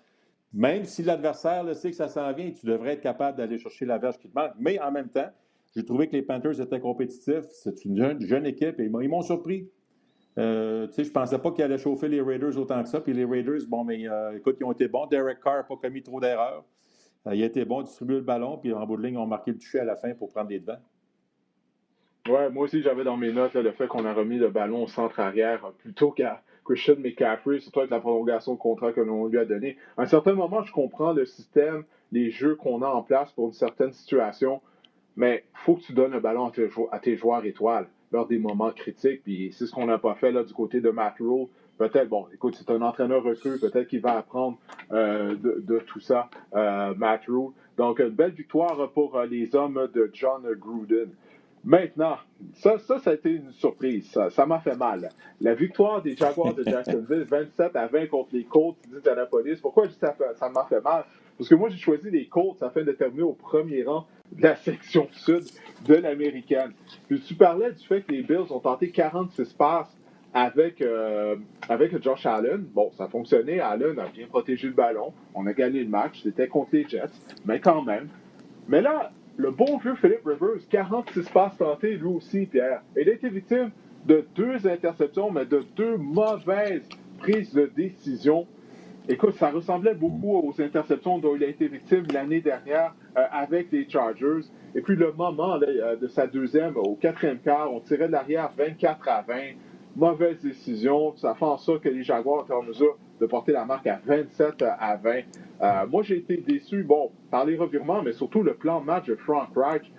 même si l'adversaire le sait que ça s'en vient, tu devrais être capable d'aller chercher la verge qui te manque. Mais en même temps, j'ai trouvé que les Panthers étaient compétitifs. C'est une jeune équipe et ils m'ont surpris. Je ne pensais pas qu'ils allaient chauffer les Raiders autant que ça. Puis les Raiders, écoute, ils ont été bons. Derek Carr n'a pas commis trop d'erreurs. Il a été bon, distribuer le ballon, puis en bout de ligne, ils ont marqué le toucher à la fin pour prendre les devants. Ouais, moi aussi, j'avais dans mes notes là, le fait qu'on a remis le ballon au centre arrière plutôt qu'à Christian McCaffrey, surtout avec la prolongation de contrat que l'on lui a donné. À un certain moment, je comprends le système, les jeux qu'on a en place pour une certaine situation, mais il faut que tu donnes le ballon à tes joueurs étoiles lors des moments critiques. Puis c'est ce qu'on n'a pas fait là, du côté de Matt Rule. Peut-être, bon, écoute, c'est un entraîneur recru, peut-être qu'il va apprendre de tout ça, Matt Rule. Donc, une belle victoire pour les hommes de John Gruden. Maintenant, ça a été une surprise. Ça m'a fait mal. La victoire des Jaguars de Jacksonville, 27-20 contre les Colts d'Indianapolis. Pourquoi je dis ça m'a fait mal? Parce que moi, j'ai choisi les Colts afin de terminer au premier rang de la section sud de l'américaine. Puis tu parlais du fait que les Bills ont tenté 46 passes avec Josh Allen. Bon, ça a fonctionné. Allen a bien protégé le ballon. On a gagné le match. C'était contre les Jets. Mais quand même. Mais là, le bon vieux Philip Rivers, 46 passes tentées, lui aussi, Pierre. Il a été victime de 2 interceptions, mais de 2 mauvaises prises de décision. Écoute, ça ressemblait beaucoup aux interceptions dont il a été victime l'année dernière avec les Chargers. Et puis le moment là, de sa deuxième au 4e quart, on tirait de l'arrière 24-20. Mauvaise décision. Ça fait en sorte que les Jaguars étaient en mesure de porter la marque à 27-20. Moi, j'ai été déçu, par les revirements, mais surtout le plan de match de Frank Reich,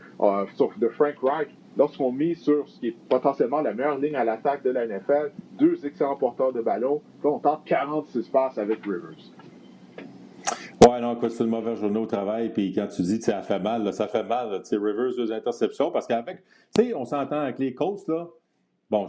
lorsqu'on mise sur ce qui est potentiellement la meilleure ligne à l'attaque de la NFL, 2 excellents porteurs de ballon. Là, on tente 46 passes avec Rivers. Ouais, non, écoute, c'est une mauvaise journée au travail. Puis quand tu dis que ça fait mal, là, ça fait mal. Là, Rivers, 2 interceptions. Parce qu'avec, on s'entend avec les Colts, là. Bon,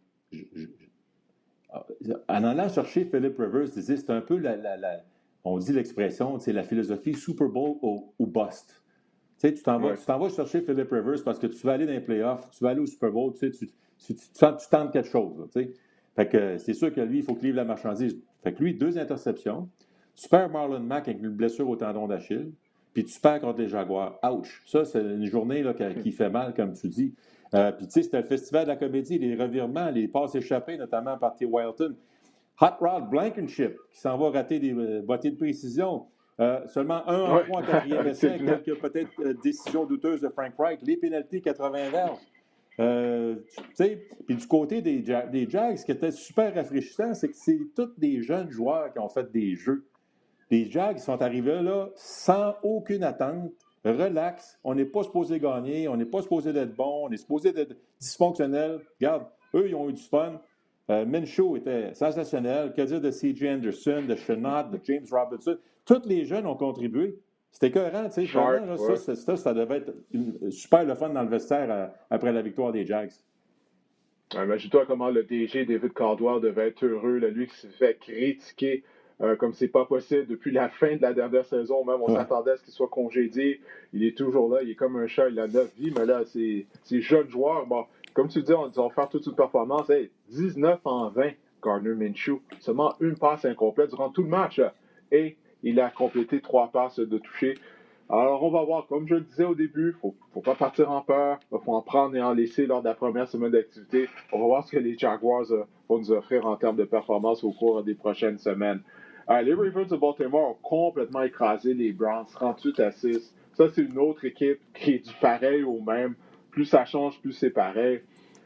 en allant chercher Philip Rivers, c'est un peu on dit l'expression, c'est la philosophie Super Bowl ou bust. Tu t'en vas chercher Philip Rivers parce que tu vas aller dans les playoffs, tu vas aller au Super Bowl, tu tentes quelque chose. Là, fait que c'est sûr que lui, il faut qu'il livre la marchandise. Fait que lui, 2 interceptions. Tu perds Marlon Mack avec une blessure au tendon d'Achille, puis tu perds contre les Jaguars. Ouch! Ça, c'est une journée là, qui fait mal, comme tu dis. Puis, tu sais, c'était le festival de la comédie, les revirements, les passes échappées, notamment par T. Wilton. Hot Rod Blankenship, qui s'en va rater des bottées de précision. Seulement 1 en 3 en 4e essai, quelques peut-être décisions douteuses de Frank Reich. Les pénalties, 80 verges. Puis du côté des Jags, ce qui était super rafraîchissant, c'est que c'est tous des jeunes joueurs qui ont fait des jeux. Les Jags sont arrivés là sans aucune attente, relax. On n'est pas supposé gagner, on n'est pas supposé être bon, on est supposé être dysfonctionnel. Regarde, eux, ils ont eu du fun. Minshew était sensationnel. Que dire de C.J. Anderson, de Shenault, de James Robinson? Tous les jeunes ont contribué. C'était écœurant, tu sais. Ça devait être super le fun dans le vestiaire après la victoire des Jags. Imagine-toi comment le DG David Caldwell devait être heureux, là, lui qui s'est fait critiquer comme c'est pas possible depuis la fin de la dernière saison. Même on s'attendait à ce qu'il soit congédié. Il est toujours là, il est comme un chat, il a 9 vies, mais là, ces jeunes joueurs, comme tu dis, on va faire toute une performance. 19 en 20, Gardner Minshew. Seulement une passe incomplète durant tout le match. Et il a complété 3 passes de toucher. Alors, on va voir. Comme je le disais au début, il ne faut pas partir en peur. Il faut en prendre et en laisser lors de la première semaine d'activité. On va voir ce que les Jaguars vont nous offrir en termes de performance au cours des prochaines semaines. Les Ravens de Baltimore ont complètement écrasé les Browns, 38-6. Ça, c'est une autre équipe qui est du pareil au même. Plus ça change, plus c'est pareil.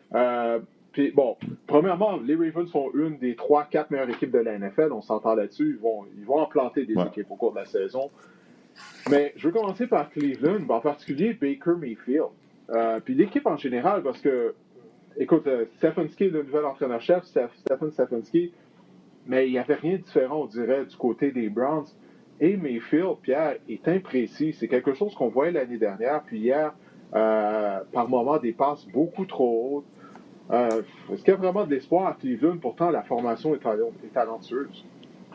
Puis, premièrement, les Ravens sont une des 3-4 meilleures équipes de la NFL. On s'entend là-dessus. Ils vont en planter des équipes au cours de la saison. Mais je veux commencer par Cleveland, en particulier Baker Mayfield. Puis l'équipe en général, parce que, écoute, Stefanski, le nouvel entraîneur-chef, Stephen Stefanski, mais il n'y avait rien de différent, on dirait, du côté des Browns. Et Mayfield, Pierre, est imprécis. C'est quelque chose qu'on voyait l'année dernière, puis hier, par moments, des passes beaucoup trop hautes. Est-ce qu'il y a vraiment de l'espoir à Cleveland? Pourtant, la formation est talentueuse.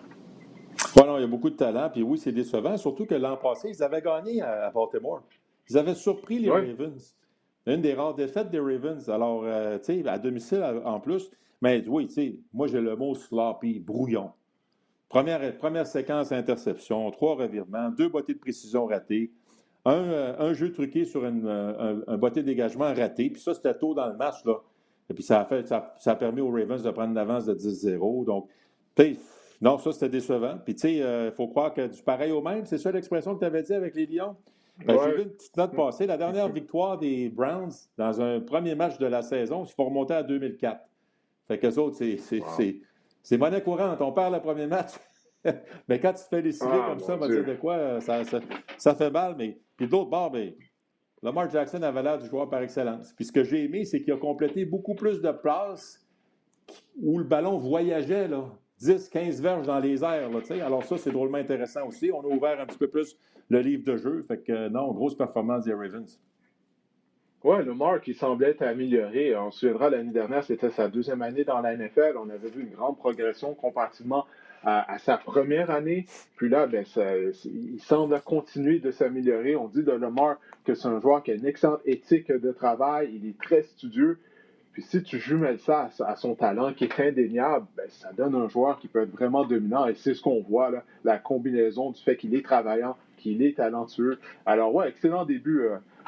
Oui, non, il y a beaucoup de talent. Puis oui, c'est décevant. Surtout que l'an passé, ils avaient gagné à Baltimore. Ils avaient surpris les Ravens. Une des rares défaites des Ravens. Alors, tu sais, à domicile en plus. Mais oui, tu sais, moi, j'ai le mot sloppy, brouillon. Première séquence interception, 3 revirements, 2 bottées de précision ratées, un jeu truqué sur un botté de dégagement raté. Puis ça, c'était tôt dans le match, là. Et puis ça a permis aux Ravens de prendre une avance de 10-0. Donc, non, ça, c'était décevant. Puis, tu sais, il faut croire que du pareil au même, c'est ça l'expression que tu avais dit avec les Lions? Ben, j'ai vu une petite note passer. La dernière victoire des Browns dans un premier match de la saison, il faut remonter à 2004. Fait qu'eux autres, c'est monnaie courante. On perd le premier match. Mais quand tu te fais décider comme ça, on va dire de quoi, ça fait mal. Mais puis de l'autre bord, ben, Lamar Jackson avait l'air du joueur par excellence. Puis ce que j'ai aimé, c'est qu'il a complété beaucoup plus de passes où le ballon voyageait, là, 10-15 verges dans les airs. Là, alors ça, c'est drôlement intéressant aussi. On a ouvert un petit peu plus le livre de jeu. Fait que non, grosse performance des Ravens. Oui, Lamar qui semblait être amélioré. On se souviendra, l'année dernière, c'était sa 2e année dans la NFL. On avait vu une grande progression comparativement à sa première année. Puis là, ben, il semble continuer de s'améliorer. On dit de Lamar que c'est un joueur qui a une excellente éthique de travail. Il est très studieux. Puis si tu jumelles ça à son talent qui est indéniable, ben, ça donne un joueur qui peut être vraiment dominant. Et c'est ce qu'on voit, là, la combinaison du fait qu'il est travaillant, qu'il est talentueux. Alors ouais, excellent début.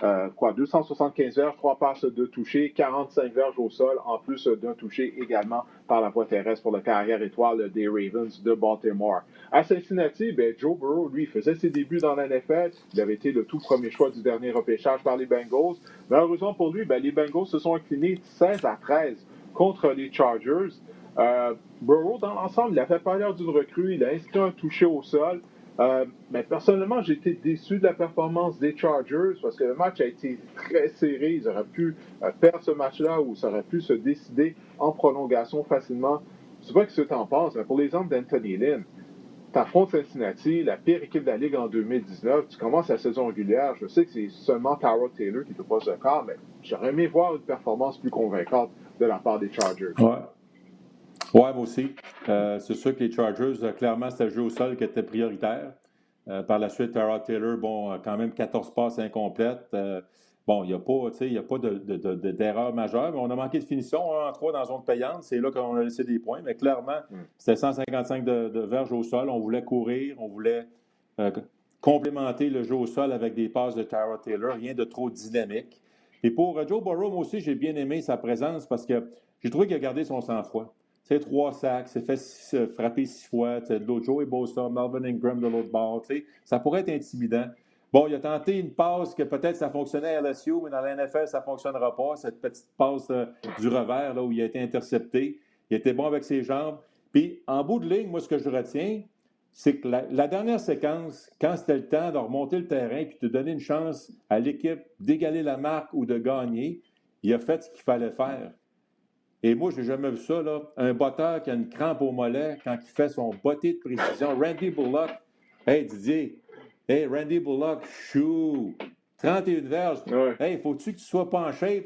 275 verges, 3 passes de toucher, 45 verges au sol, en plus d'un touché également par la voie terrestre pour le carrière étoile des Ravens de Baltimore. À Cincinnati, ben, Joe Burrow, lui, faisait ses débuts dans la NFL. Il avait été le tout premier choix du dernier repêchage par les Bengals. Malheureusement pour lui, ben, les Bengals se sont inclinés 16-13 contre les Chargers. Burrow, dans l'ensemble, il a fait parler d'une recrue, il a inscrit un touché au sol. Mais personnellement, j'ai été déçu de la performance des Chargers parce que le match a été très serré. Ils auraient pu perdre ce match-là ou ça aurait pu se décider en prolongation facilement. Je ne sais pas ce que tu en penses, mais pour les hommes d'Anthony Lynn, tu affrontes Cincinnati, la pire équipe de la Ligue en 2019. Tu commences la saison régulière. Je sais que c'est seulement Tyrod Taylor qui te pose le quart, mais j'aurais aimé voir une performance plus convaincante de la part des Chargers. Ouais, moi aussi. C'est sûr que les Chargers, clairement, c'était le jeu au sol qui était prioritaire. Par la suite, Tyrod Taylor, quand même 14 passes incomplètes. Il n'y a pas d'erreur majeure, mais on a manqué de finition, 1-3 dans la zone payante. C'est là qu'on a laissé des points, mais clairement, c'était 155 de verges au sol. On voulait courir, on voulait complémenter le jeu au sol avec des passes de Tyrod Taylor, rien de trop dynamique. Et pour Joe Burrow, moi aussi, j'ai bien aimé sa présence parce que j'ai trouvé qu'il a gardé son sang-froid. C'est 3 sacs, s'est fait frapper 6 fois. De l'autre, Joey Bosa, Melvin Ingram de l'autre bord. Ça pourrait être intimidant. Bon, il a tenté une passe que peut-être ça fonctionnait à LSU, mais dans la NFL, ça ne fonctionnera pas. Cette petite passe du revers là, où il a été intercepté. Il était bon avec ses jambes. Puis, en bout de ligne, moi, ce que je retiens, c'est que la dernière séquence, quand c'était le temps de remonter le terrain puis de donner une chance à l'équipe d'égaler la marque ou de gagner, il a fait ce qu'il fallait faire. Et moi, je n'ai jamais vu ça, là. Un botteur qui a une crampe au mollet quand il fait son botté de précision. Randy Bullock. Hey, Didier. Hey, Randy Bullock. Chou. 31 verges. Ouais. Hey, faut-tu que tu sois pas en shape?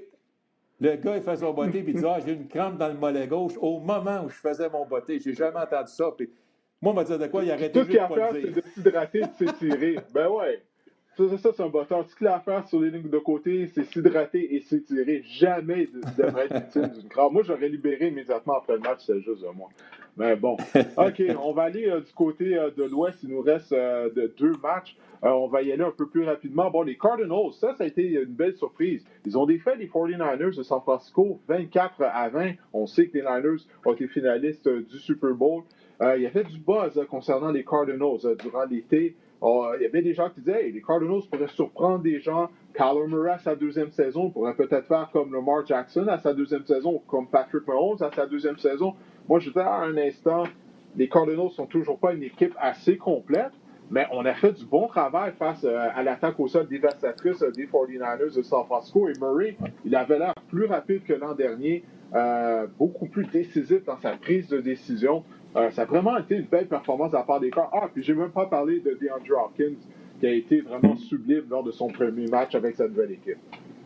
Le gars, il fait son botté et il dit j'ai une crampe dans le mollet gauche au moment où je faisais mon botté. J'ai jamais entendu ça. Puis, moi, on m'a dit de quoi? Il arrêtait juste de pas le dire. Tout ce qu'il a à faire, c'est de s'hydrater et de s'étirer. Ben ouais. Ça, c'est un botteur. Tout ce qu'il a à faire sur les lignes de côté, c'est s'hydrater et s'étirer. Jamais il devrait être victime d'une crampe. Moi, j'aurais libéré immédiatement après le match, c'est juste moi. Mais bon. OK, on va aller du côté de l'Ouest. Il nous reste de 2 matchs. On va y aller un peu plus rapidement. Bon, les Cardinals, ça a été une belle surprise. Ils ont défait les 49ers de San Francisco 24-20. On sait que les Niners ont été finalistes du Super Bowl. Il y avait du buzz concernant les Cardinals durant l'été. Il y avait des gens qui disaient les Cardinals pourraient surprendre des gens. Kyler Murray à sa 2e saison pourrait peut-être faire comme Lamar Jackson à sa 2e saison, comme Patrick Mahomes à sa 2e saison. Moi, je disais à un instant, les Cardinals sont toujours pas une équipe assez complète, mais on a fait du bon travail face à l'attaque au sol dévastatrice des 49ers de San Francisco. Et Murray, il avait l'air plus rapide que l'an dernier, beaucoup plus décisif dans sa prise de décision. Ça a vraiment été une belle performance de la part des Cards. Puis j'ai même pas parlé de DeAndre Hopkins, qui a été vraiment sublime lors de son premier match avec sa nouvelle équipe.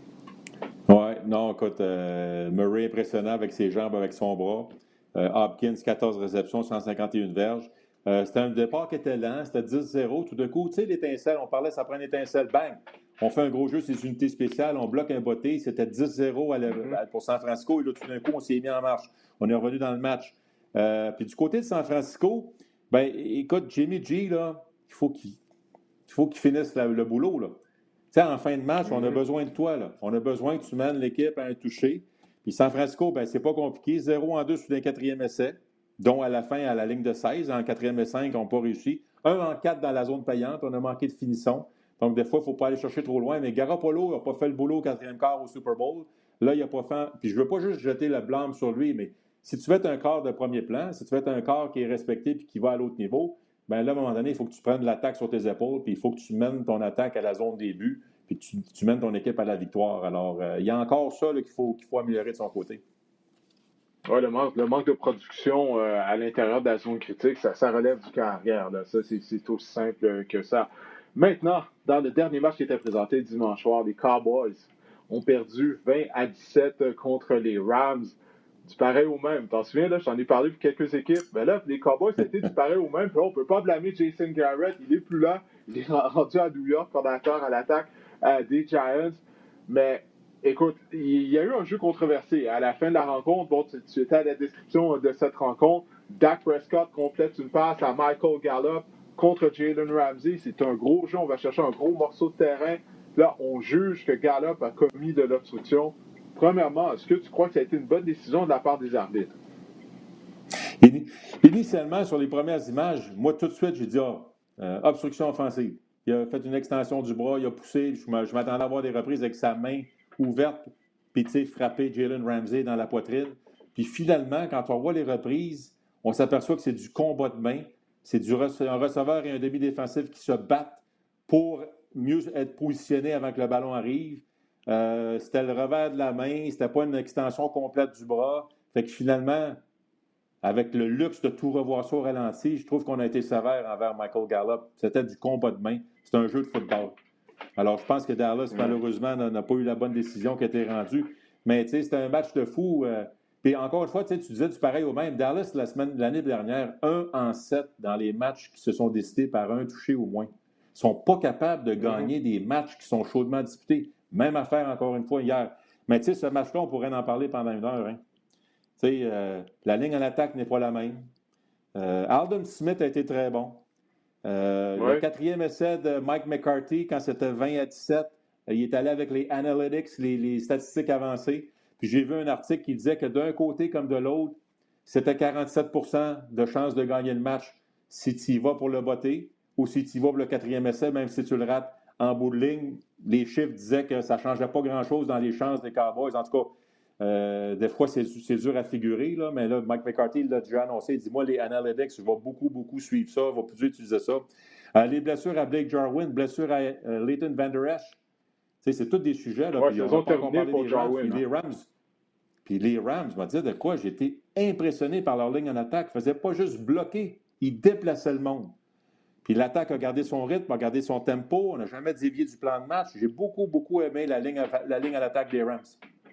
Oui, non, écoute, Murray impressionnant avec ses jambes, avec son bras. Hopkins, 14 réceptions, 151 verges. C'était un départ qui était lent, c'était 10-0. Tout d'un coup, tu sais, l'étincelle, on parlait, ça prend une étincelle, bang! On fait un gros jeu, c'est une unité spéciale, on bloque un botté, c'était 10-0 pour San Francisco, et là, tout d'un coup, on s'est mis en marche. On est revenu dans le match. Puis du côté de San Francisco, Ben, écoute, Jimmy G, là, il faut qu'il finisse le boulot, là. Tu sais, en fin de match, on a besoin de toi, là. On a besoin que tu mènes l'équipe à un toucher. Puis San Francisco, ben, c'est pas compliqué. 0-2 sur les quatrième essai, dont à la fin, à la ligne de 16, en quatrième et 5, on n'a pas réussi. 1-4 dans la zone payante, on a manqué de finition. Donc, des fois, il ne faut pas aller chercher trop loin. Mais Garoppolo n'a pas fait le boulot au quatrième quart au Super Bowl. Là, il n'a pas fait. Puis je ne veux pas juste jeter le blâme sur lui, mais si tu veux être un quart de premier plan, si tu veux être un quart qui est respecté puis qui va à l'autre niveau, bien là, à un moment donné, il faut que tu prennes l'attaque sur tes épaules, puis il faut que tu mènes ton attaque à la zone des buts, puis que tu mènes ton équipe à la victoire. Alors, il y a encore ça là, qu'il faut améliorer de son côté. Oui, le manque de production à l'intérieur de la zone critique, ça relève du carrière. Là. Ça, c'est aussi simple que ça. Maintenant, dans le dernier match qui était présenté dimanche soir, les Cowboys ont perdu 20-17 contre les Rams. Du pareil au même. T'en souviens, là, je t'en ai parlé pour quelques équipes. Mais là, les Cowboys, c'était du pareil au même. Puis là, on ne peut pas blâmer Jason Garrett. Il n'est plus là. Il est rendu à New York, coordinateur à l'attaque des Giants. Mais écoute, il y a eu un jeu controversé. À la fin de la rencontre, bon, tu étais à la description de cette rencontre. Dak Prescott complète une passe à Michael Gallup contre Jalen Ramsey. C'est un gros jeu. On va chercher un gros morceau de terrain. Là, on juge que Gallup a commis de l'obstruction. Premièrement, est-ce que tu crois que ça a été une bonne décision de la part des arbitres? Initialement, sur les premières images, moi, tout de suite, j'ai dit obstruction offensive. Il a fait une extension du bras, il a poussé. Je m'attendais à voir des reprises avec sa main ouverte, puis tu sais, frapper Jalen Ramsey dans la poitrine. Puis finalement, quand on voit les reprises, on s'aperçoit que c'est du combat de main. C'est un receveur et un demi-défensif qui se battent pour mieux être positionnés avant que le ballon arrive. C'était le revers de la main, c'était pas une extension complète du bras. Fait que finalement, avec le luxe de tout revoir ça au ralenti, je trouve qu'on a été sévère envers Michael Gallup. C'était du combat de main. C'est un jeu de football. Alors, je pense que Dallas, malheureusement, n'a pas eu la bonne décision qui a été rendue. Mais, tu sais, c'était un match de fou. Puis, encore une fois, tu disais du pareil au même. Dallas, l'année dernière, 1-7 dans les matchs qui se sont décidés par un touché au moins. Ils ne sont pas capables de gagner des matchs qui sont chaudement disputés. Même affaire, encore une fois, hier. Mais, tu sais, ce match-là, on pourrait en parler pendant une heure. Hein. Tu sais, la ligne en attaque n'est pas la même. Aldon Smith a été très bon. Le quatrième essai de Mike McCarthy, quand c'était 20-17, il est allé avec les analytics, les statistiques avancées. Puis j'ai vu un article qui disait que d'un côté comme de l'autre, c'était 47% de chances de gagner le match si tu y vas pour le botter ou si tu y vas pour le quatrième essai, même si tu le rates en bout de ligne. Les chiffres disaient que ça ne changeait pas grand-chose dans les chances des Cowboys. En tout cas, des fois, c'est dur à figurer, là, mais là, Mike McCarthy l'a déjà annoncé. Il dit, moi, les analytics, je vais beaucoup suivre ça, je vais plus utiliser ça. Les blessures à Blake Jarwin, blessures à Leighton Van Der Esch, c'est tous des sujets. Là, ils ont terminé pour Jarwin. Puis les Rams, je vais dire de quoi, j'ai été impressionné par leur ligne en attaque. Ils ne faisaient pas juste bloquer, ils déplaçaient le monde. Puis l'attaque a gardé son rythme, a gardé son tempo. On n'a jamais dévié du plan de match. J'ai beaucoup aimé la ligne à l'attaque des Rams.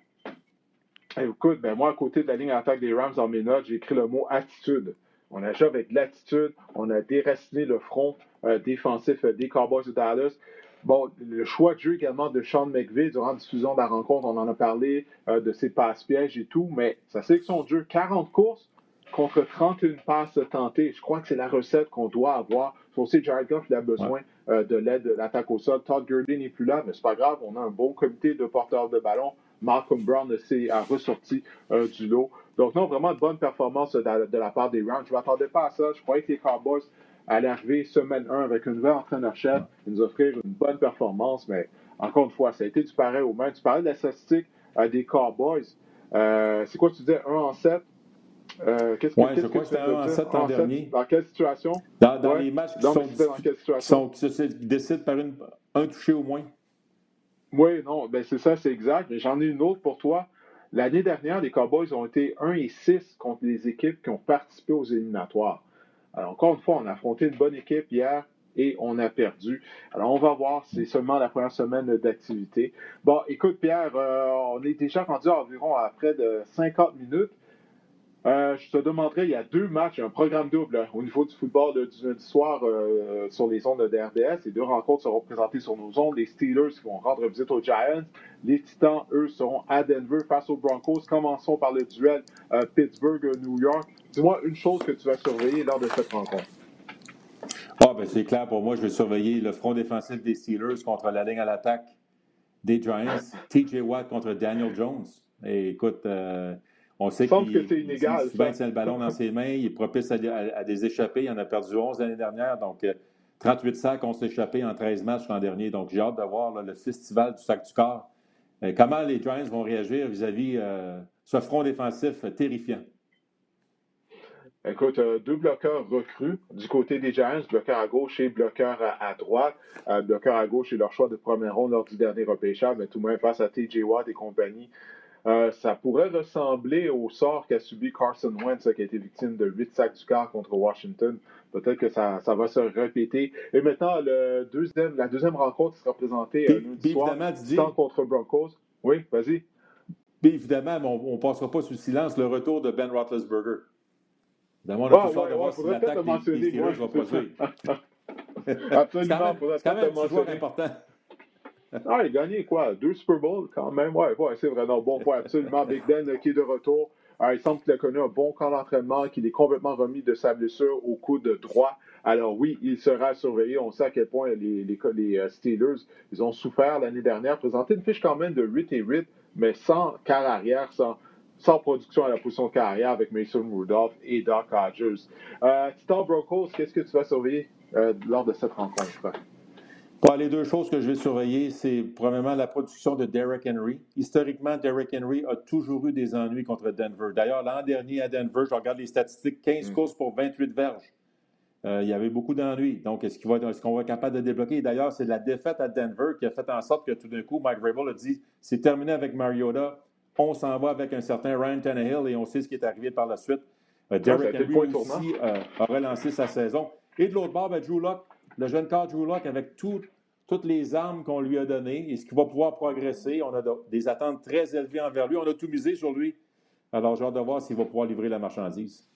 Hey, écoute, moi, à côté de la ligne à l'attaque des Rams, dans mes notes, j'ai écrit le mot attitude. On a joué avec l'attitude. On a déraciné le front défensif des Cowboys de Dallas. Bon, le choix de jeu également de Sean McVay durant la diffusion de la rencontre, on en a parlé de ses passes-pièges et tout, mais sa sélection de jeu, 40 courses contre 31 passes tentées. Je crois que c'est la recette qu'on doit avoir. Aussi, Jared Goff, il a besoin de l'aide de l'attaque au sol. Todd Gurley n'est plus là, mais c'est pas grave. On a un bon comité de porteurs de ballon. Malcolm Brown a ressorti du lot. Donc, non, vraiment de bonne performance de la part des Rams. Je ne m'attendais pas à ça. Je croyais que les Cowboys allaient arriver semaine 1 avec une nouvelle entraîneur-chef et nous offrir une bonne performance. Mais encore une fois, ça a été du pareil au même. Tu parlais de la statistique des Cowboys. C'est quoi tu disais? 1-7? Je crois que c'était 1-7 l'an dernier. Dans quelle situation? Dans les matchs qui se décident par un touché au moins. Oui, non, c'est ça, c'est exact. Mais j'en ai une autre pour toi. L'année dernière, les Cowboys ont été 1-6 contre les équipes qui ont participé aux éliminatoires. Alors, encore une fois, on a affronté une bonne équipe hier et on a perdu. Alors, on va voir, c'est seulement la première semaine d'activité. Bon, écoute, Pierre, on est déjà rendu environ à près de 50 minutes. Je te demanderais, il y a 2 matchs, un programme double au niveau du football du lundi soir sur les ondes de RDS. Les 2 rencontres seront présentées sur nos ondes. Les Steelers qui vont rendre visite aux Giants. Les Titans, eux, seront à Denver face aux Broncos. Commençons par le duel Pittsburgh-New York. Dis-moi une chose que tu vas surveiller lors de cette rencontre. Ah, ben c'est clair pour moi, je vais surveiller le front défensif des Steelers contre la ligne à l'attaque des Giants. TJ Watt contre Daniel Jones. Et écoute, on Il sait semble que qu'il c'est inégal, souvent il ça. tient le ballon dans ses mains, il est propice à des échappées. Il en a perdu 11 l'année dernière, donc 38 sacs ont échappé en 13 matchs l'an dernier. Donc j'ai hâte de voir là, le festival du sac du corps. Comment les Giants vont réagir vis-à-vis ce front défensif terrifiant? Écoute, deux bloqueurs recrues du côté des Giants, bloqueur à gauche et bloqueur à droite. Bloqueur à gauche, c'est leur choix de première ronde lors du dernier repêchage, mais tout de même face à TJ Watt et compagnie. Ça pourrait ressembler au sort qu'a subi Carson Wentz, qui a été victime de 8 sacs du quart contre Washington. Peut-être que ça va se répéter. Et maintenant, la deuxième rencontre sera présentée lundi Puis soir, évidemment, Titans Didier, contre Broncos. Oui, vas-y. puis évidemment, on ne passera pas sous silence le retour de Ben Roethlisberger. Évidemment, on a tous hâte de Ouais, voir si faudrait peut-être le l'attaque des mentionner. Steelers Ouais, va c'est ça. produire. Absolument, faudrait C'est quand peut-être même le un petit joueur mentionner. important. Ah, il a gagné quoi? 2 Super Bowls quand même? Ouais, c'est vraiment bon point. Absolument. Big Ben qui est de retour. Il semble qu'il a connu un bon camp d'entraînement, qu'il est complètement remis de sa blessure au coude droit. Alors oui, il sera surveillé. On sait à quel point les Steelers, ils ont souffert l'année dernière. Présentaient une fiche quand même de 8-8, mais sans quart arrière, sans production à la position de carrière avec Mason Rudolph et Doc Hodges. Titan Broncos, qu'est-ce que tu vas surveiller lors de cette rencontre? Bon, les deux choses que je vais surveiller, c'est probablement la production de Derrick Henry. Historiquement, Derrick Henry a toujours eu des ennuis contre Denver. D'ailleurs, l'an dernier à Denver, je regarde les statistiques, 15 courses pour 28 verges. Il y avait beaucoup d'ennuis. Donc, est-ce qu'on va être capable de débloquer? D'ailleurs, c'est la défaite à Denver qui a fait en sorte que tout d'un coup, Mike Vrabel a dit c'est terminé avec Mariota, on s'en va avec un certain Ryan Tannehill et on sait ce qui est arrivé par la suite. Derrick Henry aussi a relancé sa saison. Et de l'autre bord, Drew Lock, le jeune corps Drew Lock, avec toutes les armes qu'on lui a données, est-ce qu'il va pouvoir progresser? On a des attentes très élevées envers lui. On a tout misé sur lui. Alors, j'ai hâte de voir s'il va pouvoir livrer la marchandise.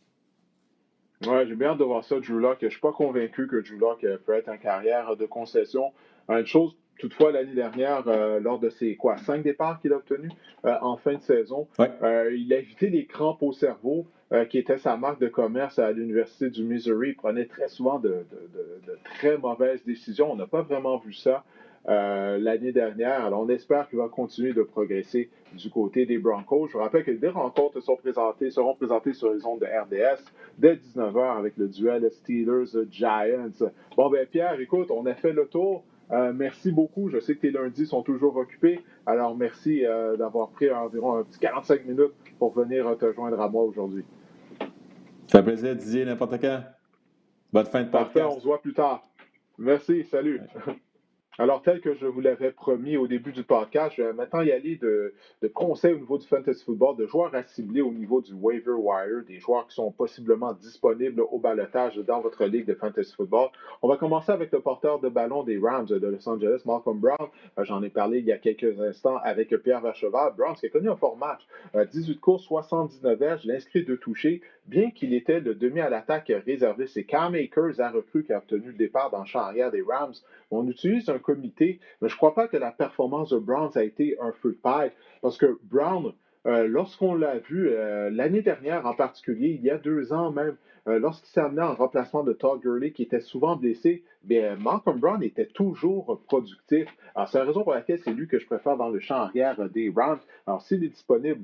Ouais, j'ai bien hâte de voir ça, Drew Lock. Je ne suis pas convaincu que Drew Lock peut être en carrière de concession. Une chose, toutefois, l'année dernière, lors de ses 5 départs qu'il a obtenus en fin de saison, Ouais. il a évité les crampes au cerveau, qui était sa marque de commerce à l'Université du Missouri. Il prenait très souvent de très mauvaises décisions. On n'a pas vraiment vu ça l'année dernière. Alors, on espère qu'il va continuer de progresser du côté des Broncos. Je vous rappelle que des rencontres seront présentées sur les ondes de RDS dès 19h avec le duel Steelers-Giants. Bon, ben Pierre, écoute, on a fait le tour. Merci beaucoup. Je sais que tes lundis sont toujours occupés. Alors, merci d'avoir pris environ un petit 45 minutes pour venir te joindre à moi aujourd'hui. Ça fait plaisir, Didier, n'importe quand. Bonne fin de podcast. Parfait, on se voit plus tard. Merci, salut. Ouais. Alors, tel que je vous l'avais promis au début du podcast, je vais maintenant y aller de conseils au niveau du fantasy football, de joueurs à cibler au niveau du waiver wire, des joueurs qui sont possiblement disponibles au balotage dans votre ligue de fantasy football. On va commencer avec le porteur de ballon des Rams de Los Angeles, Malcolm Brown. J'en ai parlé il y a quelques instants avec Pierre Vercheval. Brown, qui a connu un fort match, 18 courses, 79 verges, l'inscrit 2 touchés, bien qu'il était le demi à l'attaque réservé. C'est Cam Akers, un recrue, qui a obtenu le départ dans le champ arrière des Rams. On utilise un comité, mais je ne crois pas que la performance de Brown a été un feu de paille, parce que Brown, lorsqu'on l'a vu l'année dernière en particulier, il y a 2 ans même, lorsqu'il s'est amené en remplacement de Todd Gurley, qui était souvent blessé, bien, Malcolm Brown était toujours productif. Alors, c'est la raison pour laquelle c'est lui que je préfère dans le champ arrière des Rams. Alors, s'il est disponible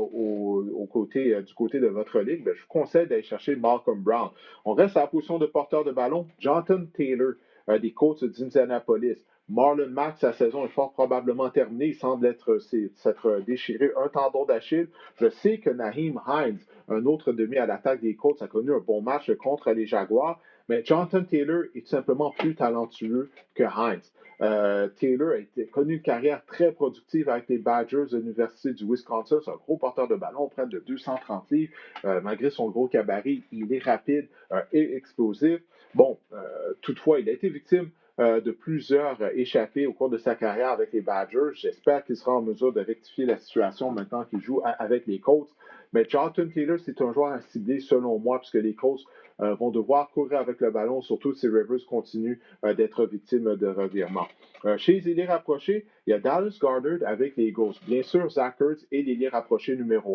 du côté de votre ligue, bien, je vous conseille d'aller chercher Malcolm Brown. On reste à la position de porteur de ballon, Jonathan Taylor, des Colts d'Indianapolis. Marlon Mack, sa saison est fort probablement terminée. Il semble s'être déchiré un tendon d'Achille. Je sais que Naheem Hines, un autre demi à l'attaque des Colts, a connu un bon match contre les Jaguars, mais Jonathan Taylor est tout simplement plus talentueux que Hines. Taylor a connu une carrière très productive avec les Badgers de l'Université du Wisconsin. C'est un gros porteur de ballon, près de 230 livres. Malgré son gros gabarit, il est rapide et explosif. Bon, toutefois, il a été victime de plusieurs échappées au cours de sa carrière avec les Badgers. J'espère qu'il sera en mesure de rectifier la situation maintenant qu'il joue avec les Colts. Mais Jonathan Taylor, c'est un joueur à cibler selon moi, puisque les Colts vont devoir courir avec le ballon, surtout si Rivers continue d'être victime de revirements. Chez les ailiers rapprochés, il y a Dallas Goedert avec les Eagles. Bien sûr, Zach Ertz est l'ailier rapproché numéro 1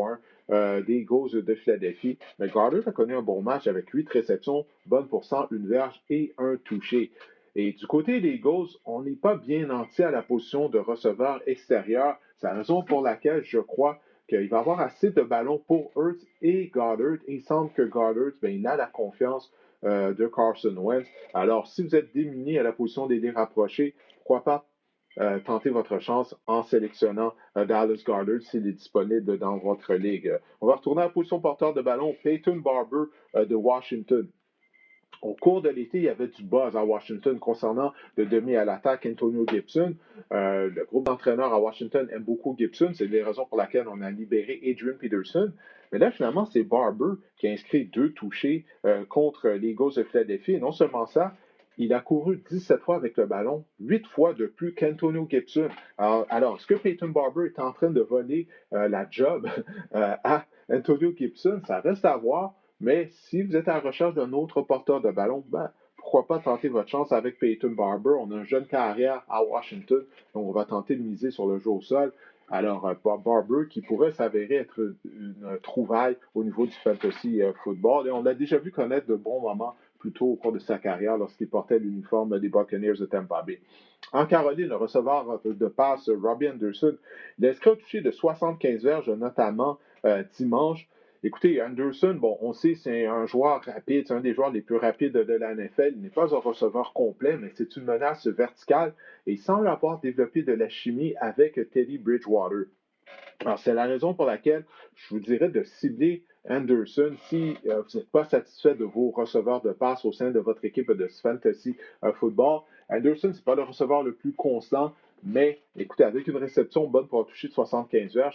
des Eagles de Philadelphie. Mais Goddard a connu un bon match avec 8 réceptions, bonne pour 101 verges et un touché. Et du côté des Eagles, on n'est pas bien nanti à la position de receveur extérieur. C'est la raison pour laquelle je crois qu'il va avoir assez de ballons pour Hurts et Goddard. Et il semble que Goddard, il a la confiance de Carson Wentz. Alors, si vous êtes démuni à la position des rapprochés, pourquoi pas tenter votre chance en sélectionnant Dallas Goedert s'il est disponible dans votre ligue. On va retourner à la position porteur de ballon, Peyton Barber de Washington. Au cours de l'été, il y avait du buzz à Washington concernant le demi à l'attaque Antonio Gibson. Le groupe d'entraîneurs à Washington aime beaucoup Gibson. C'est les raisons pour lesquelles on a libéré Adrian Peterson. Mais là, finalement, c'est Barber qui a inscrit 2 touchés contre les Eagles de Philadelphie. Et non seulement ça, il a couru 17 fois avec le ballon, 8 fois de plus qu'Antonio Gibson. Alors, est-ce que Peyton Barber est en train de voler la job à Antonio Gibson? Ça reste à voir. Mais si vous êtes à la recherche d'un autre porteur de ballon, pourquoi pas tenter votre chance avec Peyton Barber? On a une jeune carrière à Washington, donc on va tenter de miser sur le jeu au sol. Alors, Barber qui pourrait s'avérer être une trouvaille au niveau du fantasy football. Et on l'a déjà vu connaître de bons moments plus tôt au cours de sa carrière lorsqu'il portait l'uniforme des Buccaneers de Tampa Bay. En Caroline, le receveur de passe Robbie Anderson, il a inscrit un touché de 75 verges, notamment dimanche. Écoutez, Anderson, on sait, c'est un joueur rapide, c'est un des joueurs les plus rapides de la NFL. Il n'est pas un receveur complet, mais c'est une menace verticale et il semble avoir développé de la chimie avec Teddy Bridgewater. Alors, c'est la raison pour laquelle je vous dirais de cibler Anderson si vous n'êtes pas satisfait de vos receveurs de passe au sein de votre équipe de fantasy football. Anderson, ce n'est pas le receveur le plus constant, mais écoutez, avec une réception bonne pour un toucher de 75 verges,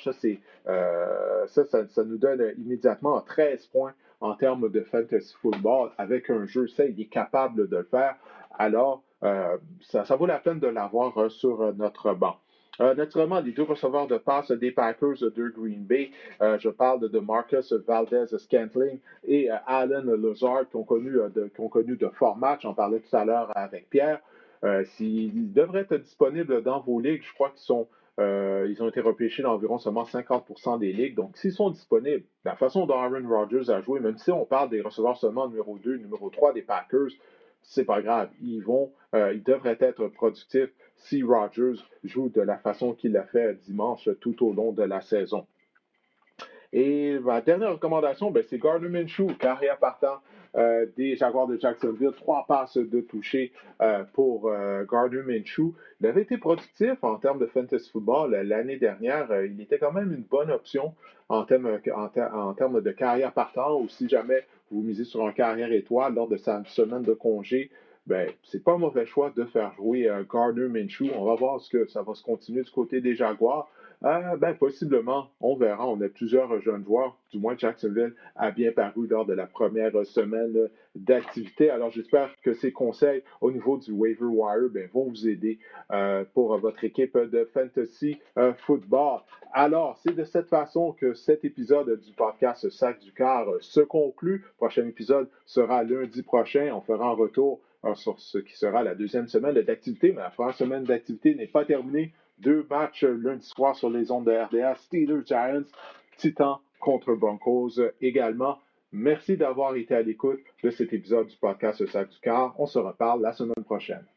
ça nous donne immédiatement 13 points en termes de fantasy football. Avec un jeu, il est capable de le faire. Alors, ça vaut la peine de l'avoir sur notre banc. Naturellement, les 2 receveurs de passe des Packers de Green Bay, je parle de Marcus Valdez-Scantling et Alan Lazard qui ont connu de forts matchs. On parlait tout à l'heure avec Pierre. S'ils devraient être disponibles dans vos ligues, je crois qu'ils ont été repêchés dans environ seulement 50% des ligues. Donc, s'ils sont disponibles, la façon dont Aaron Rodgers a joué, même si on parle des receveurs seulement numéro 2, numéro 3 des Packers, c'est pas grave. Ils devraient être productifs si Rodgers joue de la façon qu'il l'a fait dimanche tout au long de la saison. Et ma dernière recommandation, c'est Gardner Minshew, carrière partant des Jaguars de Jacksonville. 3 passes de toucher pour Gardner Minshew. Il avait été productif en termes de fantasy football l'année dernière. Il était quand même une bonne option en termes de carrière partant, ou si jamais vous misez sur un carrière étoile lors de sa semaine de congé, c'est pas un mauvais choix de faire jouer Gardner Minshew. On va voir ce que ça va se continuer du côté des Jaguars. Possiblement, on verra. On a plusieurs jeunes joueurs, du moins Jacksonville a bien paru lors de la première semaine d'activité. Alors j'espère que ces conseils au niveau du waiver wire vont vous aider pour votre équipe de fantasy football. Alors, c'est de cette façon que cet épisode du podcast Sac du Car se conclut. Le prochain épisode sera lundi prochain. On fera un retour sur ce qui sera la 2e semaine d'activité, mais la première semaine d'activité n'est pas terminée. 2 matchs lundi soir sur les ondes de RDA, Steelers Giants, Titans contre Broncos également. Merci d'avoir été à l'écoute de cet épisode du podcast Sac du Car. On se reparle la semaine prochaine.